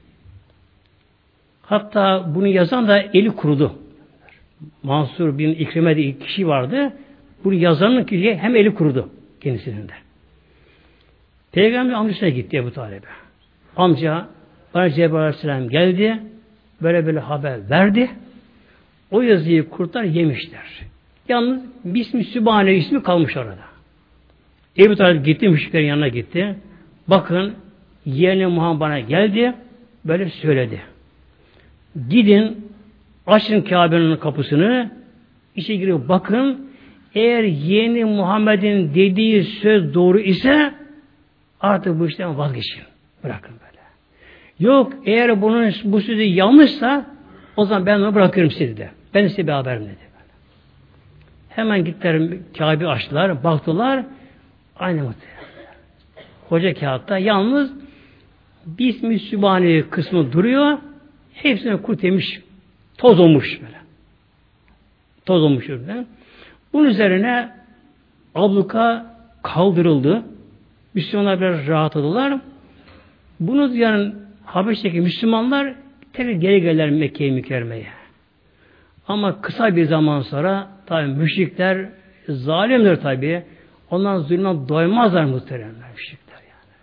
Hatta bunu yazan da eli kurudu. Mansur bin İkrime diye kişi vardı. Bunu yazanın kişi hem eli kurudu kendisinin de. Peygamber amcasına gitti Ebu Talib'e. Amca bana Cebrail Aleyhisselam geldi. Böyle haber verdi. O yazıyı kurtlar yemişler. Yalnız Bismillah Sübhane ismi kalmış orada. Ebu Talib gitti, müşriklerin yanına gitti. Bakın yeğenim Muhammed bana geldi. Böyle söyledi. Gidin açın Kabe'nin kapısını, içe girip bakın, eğer yeğeni Muhammed'in dediği söz doğru ise artık bu işten vazgeçin. Bırakın böyle. Yok eğer bu sözü yanlışsa o zaman ben onu bırakıyorum sizi de. Ben size bir haberim dedi. Hemen gittiler Kabe'yi açtılar, baktılar aynı muhtemelen. Koca kağıtta yalnız Bismi Sübhane kısmı duruyor. Hepsine kurt yemiş. Toz olmuş böyle. Toz olmuş öyle. Bunun üzerine abluka kaldırıldı. Müslümanlar biraz rahatladılar. Bunu duyan Habeş'teki Müslümanlar tekrar geri gelirler Mekke-i Mükerreme'ye. Ama kısa bir zaman sonra tabi müşrikler zalimler tabi. Ondan zulme doymazlar muhteremler müşrikler yani.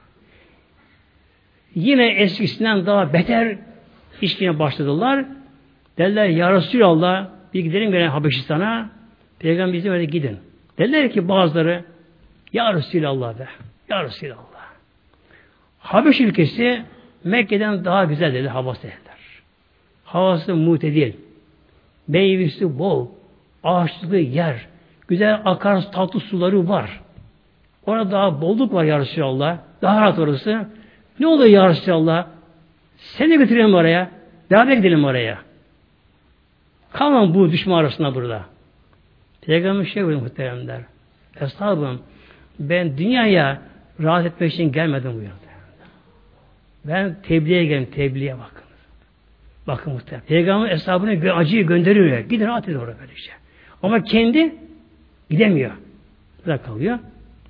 Yine eskisinden daha beter işine başladılar. Dediler ya Resulallah bir gidelim gene Habeşistan'a. Peygamber izin verdi gidin. Dediler ki bazıları ya Resulallah be. Ya Resulallah. Habeş ülkesi Mekke'den daha güzel dedi havası dediler. Havası mutedil. Meyvesi bol. Ağaçlığı yer. Güzel akar tatlı suları var. Orada daha bolluk var ya Resulallah. Daha rahat orası. Ne oluyor ya Resulallah? Seni götürelim oraya. Beraber gidelim oraya. Kalmam bu düşman arasında burada. Peygamber şey buyuruyor muhteremler. Eshabım ben dünyaya rahat etmek için gelmedim buyuruyor. Ben tebliğe geldim. Tebliğe bakın. Bakın muhterem. Peygamber eshabını acıyı gönderiyor ya. Gidin rahat edin oraya böylece. Ama kendi gidemiyor. Burada kalıyor.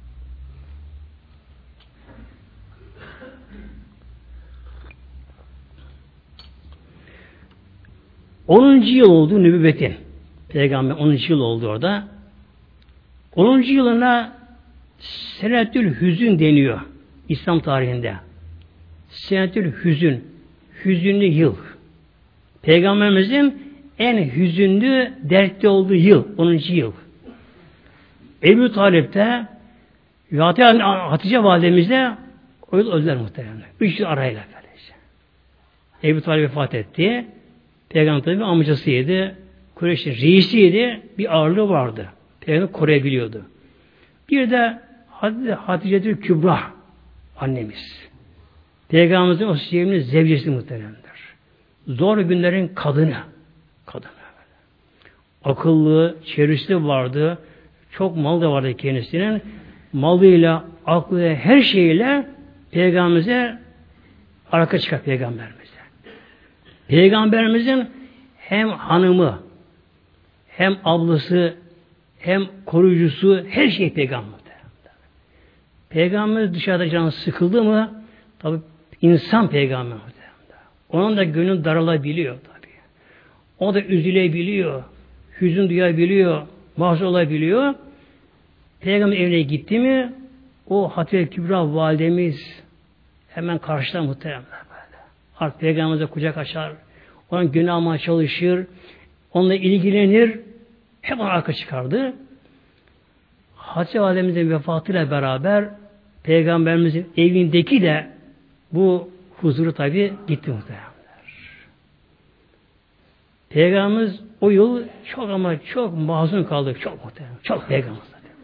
Onuncu yıl oldu nübüvvetin. Peygamber 10. yıl oldu orada. 10. yılına Senetül Hüzün deniyor İslam tarihinde. Senetül Hüzün. Hüzünlü yıl. Peygamberimizin en hüzünlü, dertli olduğu yıl. 10. yıl. Ebu Talip'te Hatice validemizle o yıl öldüler muhtemelen. 3 yıl arayla böylece. Ebu Talip vefat etti. Peygamber tabi amcasıydı. Kureyş'in reisiydi. Bir ağırlığı vardı. Peygamber koruyabiliyordu. Bir de Hatice Kübra annemiz. Peygamberimizin o sevimli zevcesi muhtemelendir. Zor günlerin kadını. Kadını. Akıllı, çevresi vardı. Çok mal da vardı kendisinin. Malıyla, aklıyla, her şeyle Peygamberimize arka çıkar Peygamberimize. Peygamberimizin hem hanımı, hem ablası, hem koruyucusu, her şey Peygamber. Peygamber dışarıda canı sıkıldı mı, tabi insan Peygamber. Onun da gönlü daralabiliyor tabi. O da üzülebiliyor, hüzün duyabiliyor, mahzun olabiliyor. Peygamber evine gitti mi, o Hatice Kübra validemiz hemen karşılar muhteremler böyle. Artık Peygamber'e kucak açar, onun gönlü almaya çalışır, onunla ilgilenir, hep ona arka çıkardı. Hatice validemizin vefatıyla beraber Peygamberimizin evindeki de bu huzuru tabi gitti muhteremler. Peygamberimiz o yıl çok ama çok mahzun kaldı. Çok muhterem. Çok Peygamber.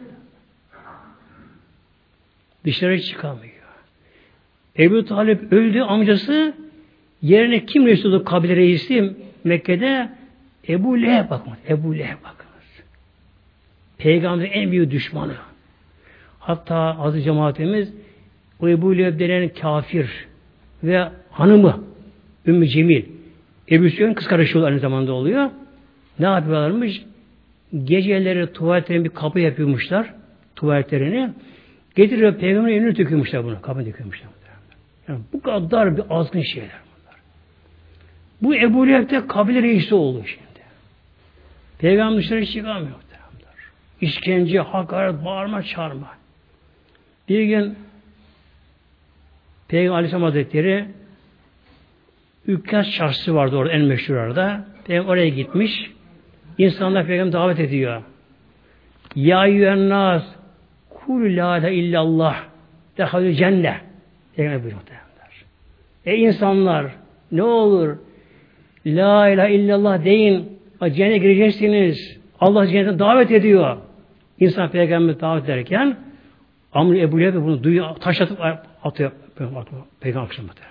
Dışarı çıkamıyor. Ebu Talip öldü, amcası yerine kim reis oldu kabile reisi Mekke'de? Ebu Leheb bakın. Ebu Leheb bakınız. Peygamberin en büyük düşmanı. Hatta aziz cemaatimiz o Ebu Leheb denen kafir ve hanımı Ümmü Cemil Ebu Süfyan'ın kız kardeşi aynı zamanda oluyor. Ne yapıyorlarmış? Geceleri tuvaletlerin bir kapı yapıyormuşlar. Tuvaletlerini. Getiriyor Peygamber'in önüne döküyormuşlar bunu. Kapıya döküyormuşlar. Yani bu kadar bir azgın şeyler bunlar. Bu Ebu Leheb'de kabile reisi oldu şimdi. Peygamber dışarı çıkamıyor. İşkence, hakaret, bağırma, çağırma. Bir gün Peygamber Aleyhisselam Hazretleri Ükkas Çarşısı vardı orada en meşhur orada. Peygamber oraya gitmiş. İnsanlar Peygamber davet ediyor. Ya eyyühennâs kul la ilahe illallah dehalü cennet. Peygamber buyuruyor. Ey insanlar ne olur la ilahe illallah deyin. Cennete gireceksiniz. Allah cennete davet ediyor. İnsan Peygamber davet ederken Amr Ebu Leheb bunu duyuyor, taşlatıp atıyor. Peygamber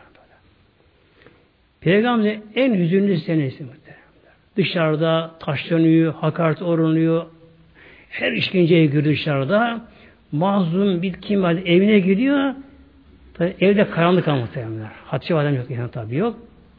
Peygamber'in en hüzünlü senesi dışarıda taşlanıyor, hakaret oranlıyor. Her işkenceye giriyor dışarıda. Mazlum bir kim var evine gidiyor. Tabi evde karanlık ama muhtemelenler. Hatice Validem yok yani tabi yok.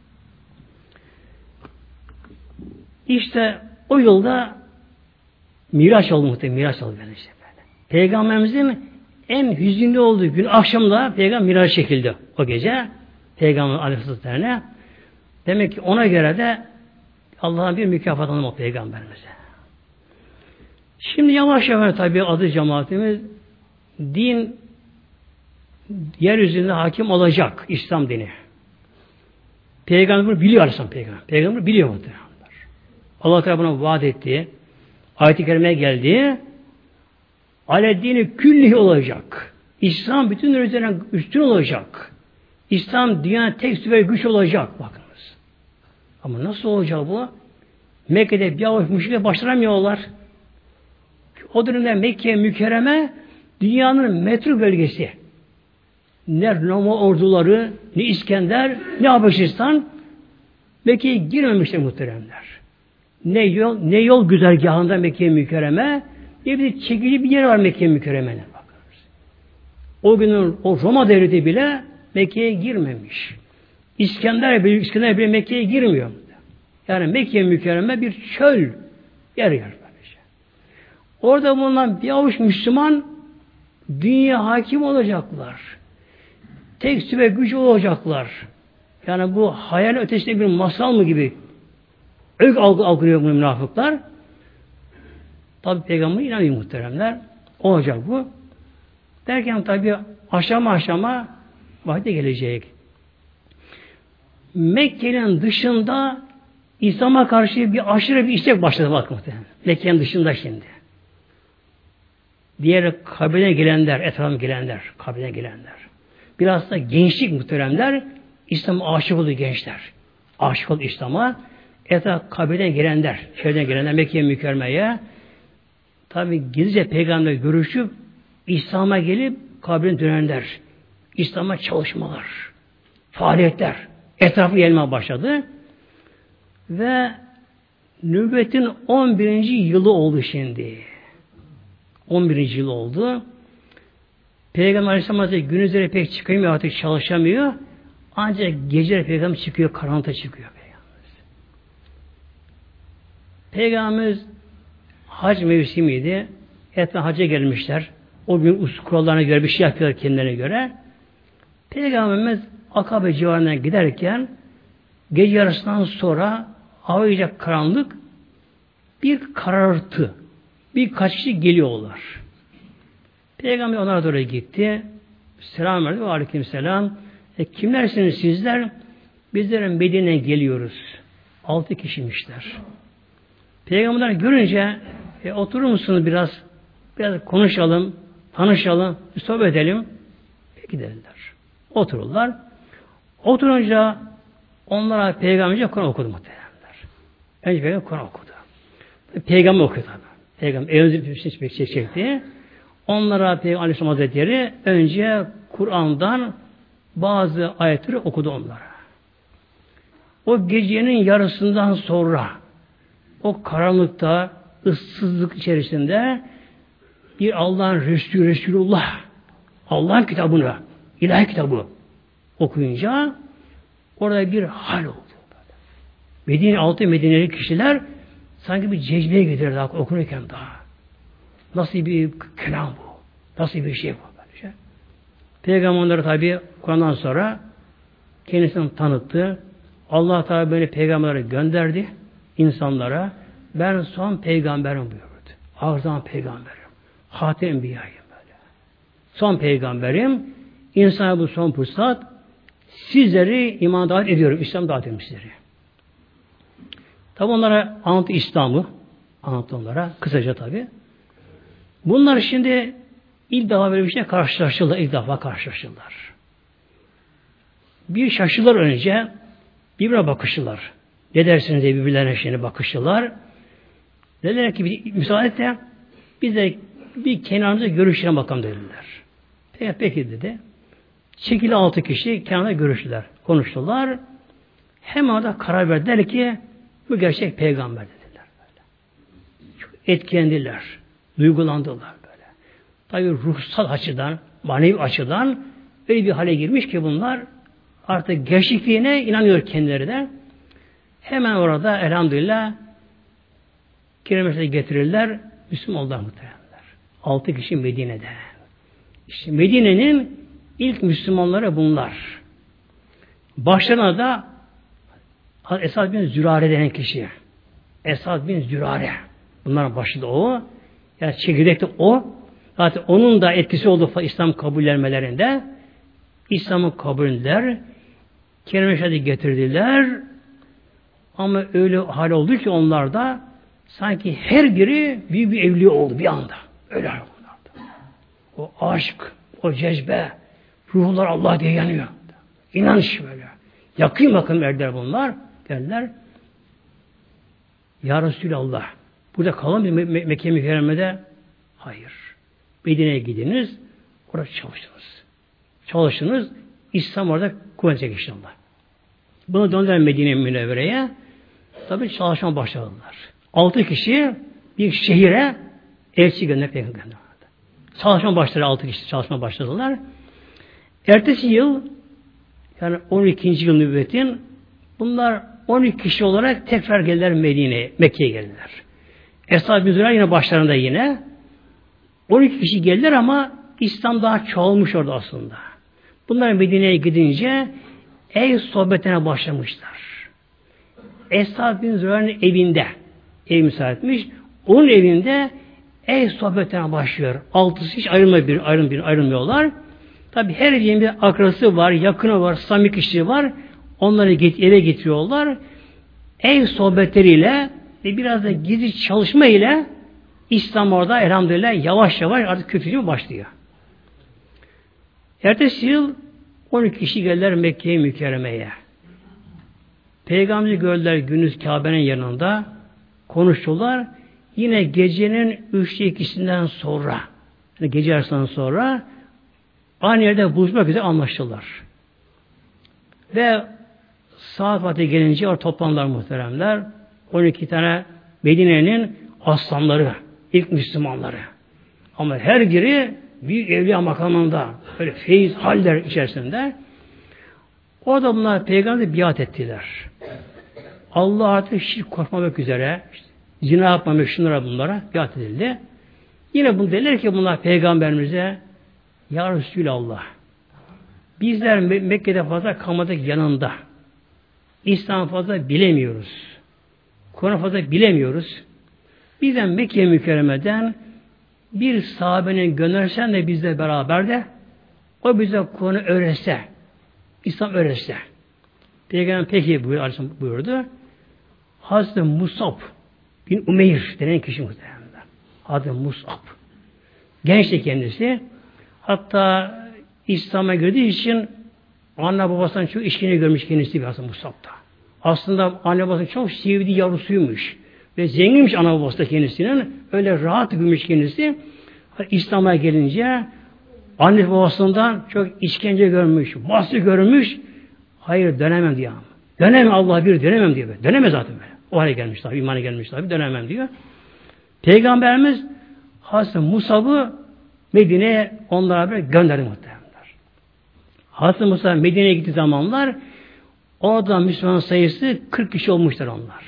İşte o yılda Miraç oldu muhtemelen. Miraç oldu böyle işte böyle. Peygamberimizin en hüzünlü olduğu gün akşamda Peygamber Miraç çekildi o gece. Peygamber Aleyhisselatü'ne. Demek ki ona göre de Allah'ın bir mükafatını o Peygamberimize. Şimdi yavaş yavaş tabi adı cemaatimiz din yeryüzünde hakim olacak İslam dini. Peygamber bunu biliyor aslında Peygamber. Peygamber biliyor mu? Allah Teala buna vaat etti. Ayet-i Kerime'ye geldi. Aleddini küllihi olacak. İslam bütün üzerine üstün olacak. İslam dünyanın tek süper güç olacak. Bakınız. Ama nasıl olacak bu? Mekke'de bir avuç müşrikle başaramıyorlar. O dönemde Mekke mükerreme dünyanın metro bölgesi. Ne Roma orduları, ne İskender, ne Habeşistan Mekke'ye girmemişler muhteremler. Ne yol güzergahında Mekke mükerreme, ne bir çekili bir yer var Mekke mükerremenin. Bakınız. O günün o Roma devleti bile Mekke'ye girmemiş. İskender bile Mekke'ye girmiyor. Yani Mekke mükerreme bir çöl yer. Orada bulunan bir avuç Müslüman dünya hakim olacaklar. Tek süper güç olacaklar. Yani bu hayal ötesinde bir masal mı gibi öyle algılıyor bu münafıklar. Tabi Peygamber inanıyor muhteremler. Olacak bu. Derken tabi aşama vakti gelecek. Mekke'nin dışında İslam'a karşı bir aşırı bir istek başladı bak muhterem. Mekke'nin dışında şimdi. Diğer kabileye gelenler, etrafına gelenler. Biraz da gençlik muhteremler, İslam'a aşık oldu gençler. Aşık oldu İslam'a. Kabileden gelenler, şehirden gelenler Mekke'ye mükerremeye tabi gizlice peygamberle görüşüp İslam'a gelip kabileden dönenler. İslam'a çalışmalar, faaliyetler etrafı gelmeye başladı. Ve nübüvvetin 11. yılı oldu şimdi. 11. yıl oldu. Peygamber Aleyhisselam Hazretleri gün üzeri pek çıkamıyor artık çalışamıyor. Ancak geceleri Peygamber çıkıyor, karanlıkta çıkıyor. Peygamberimiz hac mevsimiydi. Hacca gelmişler. O gün kurallarına göre bir şey yapıyorlar kendilerine göre. Peygamberimiz Akabe civarına giderken gece yarısından sonra havayacak karanlık bir karartı. Birkaç kişi geliyorlar. Peygamber onlara doğru gitti. Selam verdi. Aleykümselam. Kimlersiniz sizler? Bizlerin Medine'ye geliyoruz. 6 kişiymişler. Peygamberler görünce oturur musunuz biraz konuşalım, tanışalım, sohbet edelim. Peki dediler. Otururlar. Oturunca onlara Peygamberce Kur'an okudu muhtemelenler. Önce Peygamber Kur'an okudu. Peygamber okudu. Peygamber evimizi bir şey çekti. Onlara Peygamber Aleyhisselam Hazretleri önce Kur'an'dan bazı ayetleri okudu onlara. O gecenin yarısından sonra o karanlıkta, ıssızlık içerisinde bir Allah'ın Resulullah, Allah'ın kitabını, ilahi kitabı okuyunca orada bir hal oldu. Medine'li kişiler sanki bir cezbeye giderdi okunurken daha. Nasıl bir kelam bu? Nasıl bir şey bu? Böylece. Peygamberler tabi Kur'an'dan sonra kendisini tanıttı. Allah Teala böyle peygamberleri gönderdi insanlara. Ben son peygamberim buyurdu. Ağızdan peygamberim. Hatem Enbiya'yım böyle. Son peygamberim. İnsana bu son fırsat. Sizleri iman davet ediyorum. İslam davet ediyorum sizleri. Tabi onlara anlattı İslam'ı. Anlattı onlara. Kısaca tabi. Bunlar şimdi ilk defa böyle bir şeyle karşılaştılar. İlk defa karşılaştılar. Bir şaşırlar önce birbirine bakıştılar. Ne dersiniz diye birbirlerine şimdi bakıştılar. Dediler ki müsaade et de biz de bir kenarımıza görüşelim bakalım dediler. Peki dedi. Çekili 6 kişi kenarda görüştüler. Konuştular. Hemen orada karar verdiler ki bu gerçek peygamber dediler. Böyle. Çok etkilendiler. Duygulandılar böyle. Tabi ruhsal açıdan, manevi açıdan öyle bir hale girmiş ki bunlar artık gerçekliğine inanıyor kendileri de. Hemen orada elhamdülillah kelimeleri getirirler. Müslüman oldular muhtemelenler. 6 kişi Medine'de. İşte Medine'nin ilk Müslümanları bunlar. Başlarına da Esad bin Zürare denen kişi. Esad bin Zürare. Bunların başı da o. Yani çekirdek de o. Zaten onun da etkisi oldu İslam kabullenmelerinde. İslam'ı kabullendiler. Kelime-i şehadet getirdiler. Ama öyle hal oldu ki onlar da sanki her biri büyük bir evliya oldu bir anda. Öyle hal oldu. O aşk, o cezbe, ruhlar Allah diye yanıyor. İnanış böyle. Yakın bakın erdiler bunlar. Geldiler. Ya Resulallah. Burada kalan bir Mekke-i Mükerreme'de hayır. Medine'ye gidiniz. Orada çalıştınız. Çalıştınız. İslam orada kuvvetecek inşallah. Bunu döndüren Medine-i Münevvere'ye tabi çalışma başladılar. 6 kişi bir şehire elçi gönderdi. Çalışma başladı. 6 kişi çalışma başladılar. Ertesi yıl yani 12. yıl nübüvvetin bunlar 12 kişi olarak tekrar geldiler Medine'ye, Mekke'ye geldiler. Eshab-ı Zürer yine başlarında yine 12 kişi geldiler ama İslam daha çoğalmış orada aslında. Bunlar Medine'ye gidince ev sohbetine başlamışlar. Eshab-ı Zürer'in evinde ev müsaade etmiş. Onun evinde ev sohbetine başlıyor. 6'sı hiç ayrılmıyorlar. Tabi her evin bir akrası var, yakını var, samimi kişi var. Onları eve getiriyorlar. Ev sohbetleriyle ve biraz da gizli çalışma ile İslam orada elhamdülillah yavaş yavaş artık kötülüğü başlıyor. Ertesi yıl 12 kişi geldiler Mekke'ye Mükerreme'ye. Peygamberi gördüler gündüz Kabe'nin yanında konuştular. Yine gecenin 3'te 2'sinden sonra yani gece yarısından sonra aynı yerde buluşmak üzere anlaştılar. Ve saat vakti gelince orada toplandılar muhteremler. 12 tane Medine'nin aslanları, ilk Müslümanları. Ama her biri büyük evliya makamında, böyle feyiz haller içerisinde. Orada bunlar Peygamber'e biat ettiler. Allah artık şirk koşmamak üzere, işte, zina yapmamak şunlara bunlara biat edildi. Yine bunu dediler ki bunlar Peygamberimize Ya Resulallah bizler Mekke'de fazla kalmadık yanında. İslam fazla bilemiyoruz. Kur'an fazla bilemiyoruz. Bizden Mekke mükerremeden bir sahabenin göndersen de bizle beraber de o bize Kur'an'ı öğretse, İslam öğretse. Peygamber peki buyurdu. Hazreti Musab bin Umeyr denen kişi muhtemelen. Hazreti Musab. Gençti kendisi. Hatta İslam'a girdiği için anne babasından çok işkence görmüş kendisi bir Hazreti Musab'da. Aslında anne babasının çok sevdiği yavrusuymuş. Ve zenginmiş ana babası da kendisinin. Öyle rahat gülmüş kendisi. İslam'a gelince anne babasından çok işkence görmüş. Baskı görmüş. Hayır dönemem diyor. Dönemem Allah bir dönemem diyor. Dönemez zaten böyle. O hale gelmiş tabi. İmana gelmiş tabi. Dönemem diyor. Peygamberimiz Hazreti Musab'ı Medine'ye onlara beraber gönderdi muhtemelenler. Hazreti Musa Medine'ye gittiği zamanlar orada Müslüman sayısı 40 kişi olmuşlar onlar.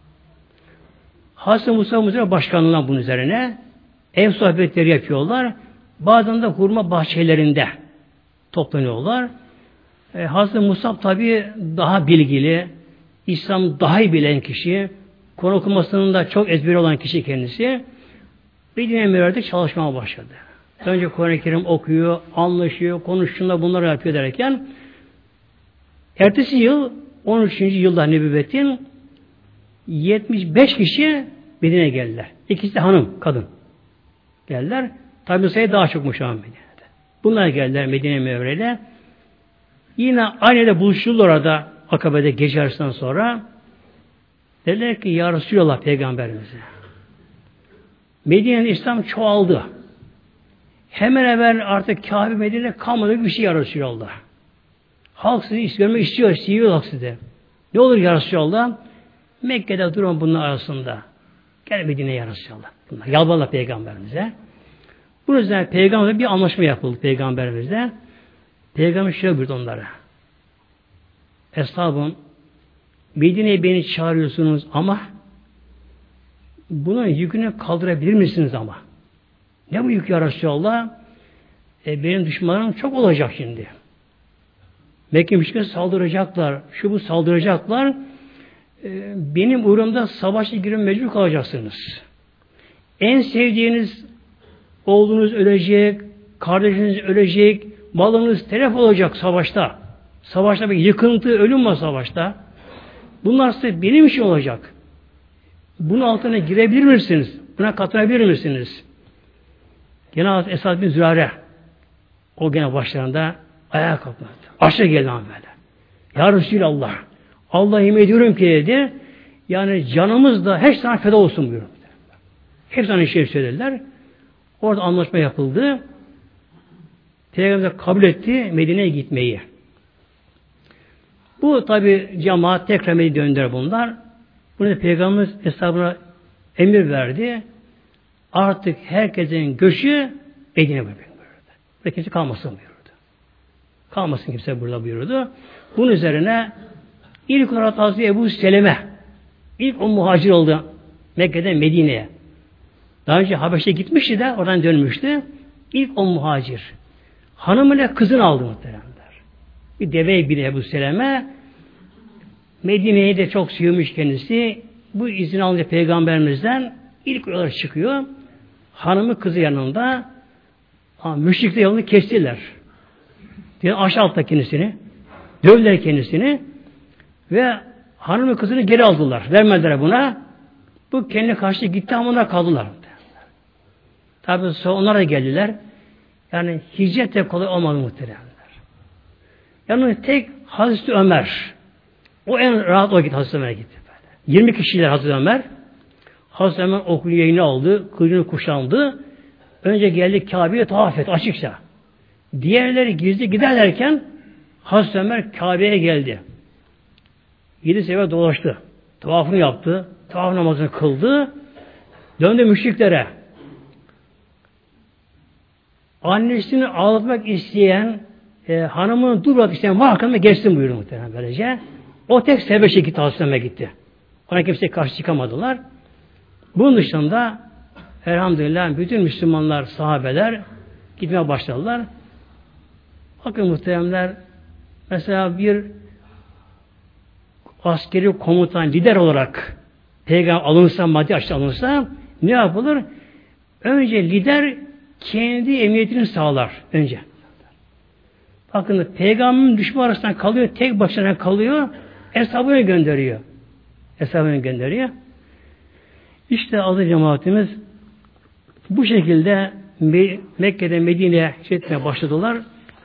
Hazreti Musa başkanlığına bunun üzerine ev sohbetleri yapıyorlar. Bazen de hurma bahçelerinde toplanıyorlar. Hazreti Musab tabi daha bilgili, İslam daha iyi bilen kişi, Kur'an okumasının da çok ezberi olan kişi kendisi. Medine'ye Münevvere'de çalışmaya başladı. Önce Kur'an-ı Kerim okuyor, anlaşıyor, konuştuğunda bunları yapıyor derken ertesi yıl 13. yılda nübüvvetin 75 kişi Medine'ye geldiler. İkisi de hanım, kadın. Geldiler. Tabi sayı daha çokmuş şu an Medine'de. Bunlar geldiler Medine-i Münevvere'de. Yine aynı yerde buluştular orada Akabe'de gece yarısından sonra. Dediler ki Ya Resulallah Peygamberimize. Medine'nin İslam çoğaldı. Hemen evvel artık Kabe Medine'de kalmadı bir şey Ya Resulallah. Halk sizi görmek istiyor, seviyor halk sizi. Ne olur Ya Resulallah? Mekke'de durun bunun arasında. Gel Medine'ye Ya Resulallah. Yalvarlar Peygamberimize. Bunun üzerine Peygamber'e bir anlaşma yapıldı Peygamberimizle. Peygamber şöyle buyurdu onlara. Eshabım, Medine'ye beni çağırıyorsunuz ama bunun yükünü kaldırabilir misiniz ama? Ne bu yük ya Resulallah? Benim düşmanlarım çok olacak şimdi. Mekke müşrikleri saldıracaklar, şu bu saldıracaklar. Benim uğrumda savaşa girip mecbur kalacaksınız. En sevdiğiniz oğlunuz ölecek, kardeşiniz ölecek, malınız telef olacak savaşta. Savaşta bir yıkıntı, ölüm var savaşta. Bunlar size benim için olacak. Bunun altına girebilir misiniz? Buna katılabilir misiniz? Gene Esad bin Zürare o gene başlarında ayağa kalkmadı. Aşağı geldi böyle. Ya Resulallah, Allah'a yemin ediyorum ki dedi, yani canımız da her sana feda olsun buyuruyor. Hepsi aynı şeyi söylediler. Orada anlaşma yapıldı. Peygamber kabul etti Medine'ye gitmeyi. Bu tabi cemaat tekrar Medine'ye döndüler bunlar. Bunu da Peygamber hesabına emir verdi. Artık herkesin göçü Medine'ye buyurdu. Burada kimse kalmasın buyurdu. Kalmasın kimse burada buyurdu. Bunun üzerine ilk olarak Hazreti Ebu Seleme ilk o muhacir oldu Mekke'den Medine'ye. Daha önce Habeş'e gitmişti de oradan dönmüştü. İlk o muhacir. Hanımıyla kızını aldı muhteremler. Bir deveye bindi Ebu Seleme. Medine'ye de çok sığınmış kendisi. Bu izin alınca Peygamberimizden ilk olarak çıkıyor. Hanımı kızı yanında. Ama müşrikler yolunu kestiler. Yani aşağı altta kendisini. Dövdüler kendisini. Ve hanımı kızını geri aldılar. Vermediler buna. Bu kendine karşı gitti ama onlar kaldılar. Tabi sonra onlar da geldiler. Yani hicret de kolay olmadı muhteremler. Yani tek Hazreti Ömer. O en rahat o gitti. Hazreti Ömer'e gitti. Böyle. 20 kişiler Hazreti Ömer. Hazreti Ömer okul yayını aldı. Kılıcını kuşandı. Önce geldi Kabe'ye tavaf etti açıkça. Diğerleri gizli giderlerken Hazreti Ömer Kabe'ye geldi. 7 sefer dolaştı. Tavafını yaptı. Tavaf namazını kıldı. Döndü müşriklere. Annesini ağlatmak isteyen, hanımını durmak isteyen var hakkında geçsin buyurdu muhtemelen böylece. O tek sebeşe gitti, Hazreti gitti. Ona kimseye karşı çıkamadılar. Bunun dışında elhamdülillah bütün Müslümanlar, sahabeler gitmeye başladılar. Bakın muhteremler, mesela bir askeri komutan, lider olarak peygamber alınsa, maddi açıdan alınsa ne yapılır? Önce lider kendi emniyetini sağlar. Önce. Bakın peygamberin düşman arasından kalıyor, tek başına kalıyor, hesabını gönderiyor. Hesabını gönderiyor. İşte aziz cemaatimiz bu şekilde Mekke'den Medine'ye gitmeye başladılar.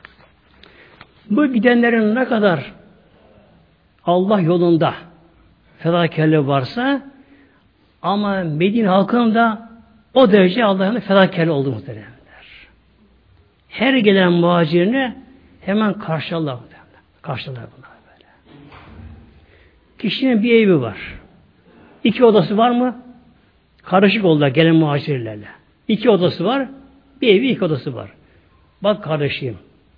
Bu gidenlerin ne kadar Allah yolunda fedakarlığı varsa ama Medine halkının da o derece Allah'ın fedakarlığı oldu muhteremler. Her gelen muhacirini hemen karşılarlar. Karşılarlar bunlar böyle. Kişinin bir evi var. 2 odası var mı? Karışık oldular gelen muhacirlerle. 2 odası var. Bir evi 2 odası var. Bak kardeşim.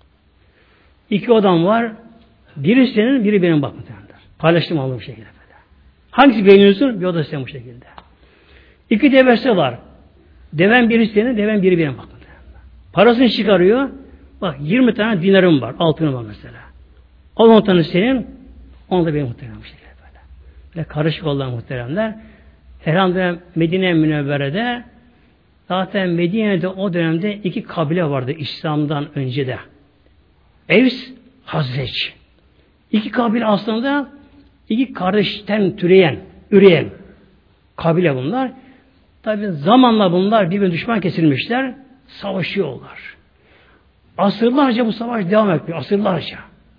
2 odam var. Biri senin, biri benim bak muhtemelen. Paylaştım aldım bu şekilde böyle. Hangisi beğeniyorsun? Bir odası senin bu şekilde. 2 devesi var. Deven biri senin, deven biri benim bak muhtemelen. Parasını çıkarıyor. Bak 20 tane dinarım var. Altınım var mesela. 10 tane senin, 10 da benim muhtemelen bu şekilde böyle. Ve karışık olan muhteremler. Elhamdülillah Medine Münevvere'de zaten Medine'de o dönemde 2 kabile vardı İslam'dan önce de. Evs, Hazreç. 2 kabile aslında 2 kardeşten üreyen kabile bunlar. Tabi zamanla bunlar birbirine düşman kesilmişler. Savaşıyorlar. Asırlarca bu savaş devam etmiyor. Asırlarca.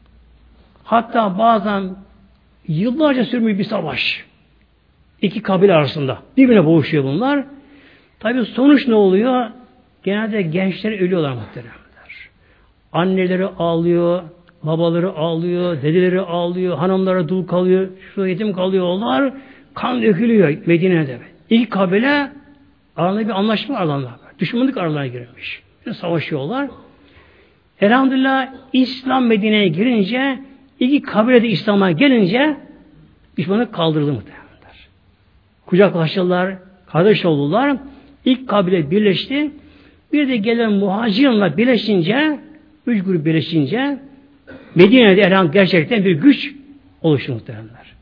Hatta bazen yıllarca sürmüş bir savaş. 2 kabile arasında. Birbirine boğuşuyor bunlar. Tabi sonuç ne oluyor? Genelde gençler ölüyorlar muhteremler. Anneleri ağlıyor, babaları ağlıyor, dedeleri ağlıyor, hanımları dul kalıyor, şu yetim kalıyorlar. Kan dökülüyor Medine'de. 2 kabile aralarında bir anlaşma aralarında. Düşmanlık aralarına girmiş. Savaşıyorlar. Elhamdülillah İslam Medine'ye girince, iki kabile de İslam'a gelince düşmanlık kaldırıldı muhtemelenler. Kucaklaştılar, kardeş oldular. İlk kabile birleşti. Bir de gelen muhacirler birleşince, üç grup birleşince Medine'de elhamdülillah gerçekten bir güç oluştu muhtemelenler.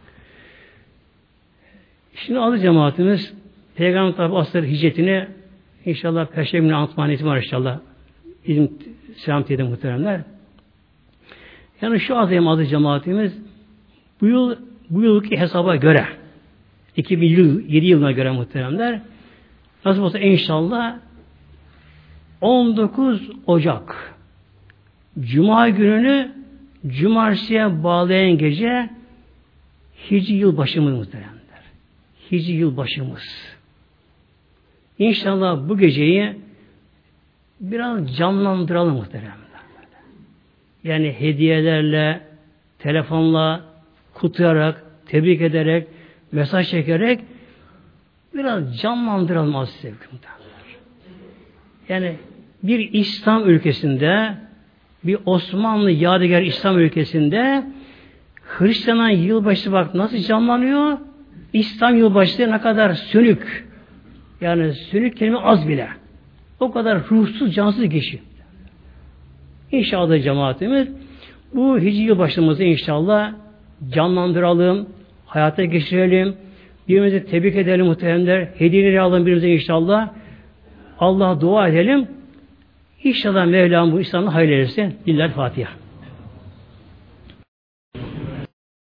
Şimdi adı cemaatimiz Peygamber tabi asır hicretini inşallah Perşembe günü anlatma niyetim var inşallah. İzin selam teyze muhteremler. Yani şu adı cemaatimiz bu yılki hesaba göre 2007 yılına göre muhteremler nasıl olsa inşallah 19 Ocak Cuma gününü Cumartesi'ye bağlayan gece Hicri yılbaşımız muhteremler. Hicri yılbaşımız. İnşallah bu geceyi biraz canlandıralım muhteremler. Yani hediyelerle, telefonla, kutlayarak, tebrik ederek, mesaj çekerek biraz canlandıralım aziz sevgili muhteremler. Yani bir İslam ülkesinde, bir Osmanlı yadigar İslam ülkesinde Hristiyan'ın yılbaşı bak nasıl canlanıyor? İslam yılbaşı ne kadar sönük. Yani sönük kelime az bile. O kadar ruhsuz, cansız geçiyor. İnşallah cemaatimiz bu Hicri yılbaşımızı inşallah canlandıralım, hayata geçirelim, birbirimizi tebrik edelim muhteremler, hediyeleri alalım birbirimize inşallah. Allah'a dua edelim. İnşallah Mevlam bu İslam'ı hayırlı eylesin. Lillahi Fatiha.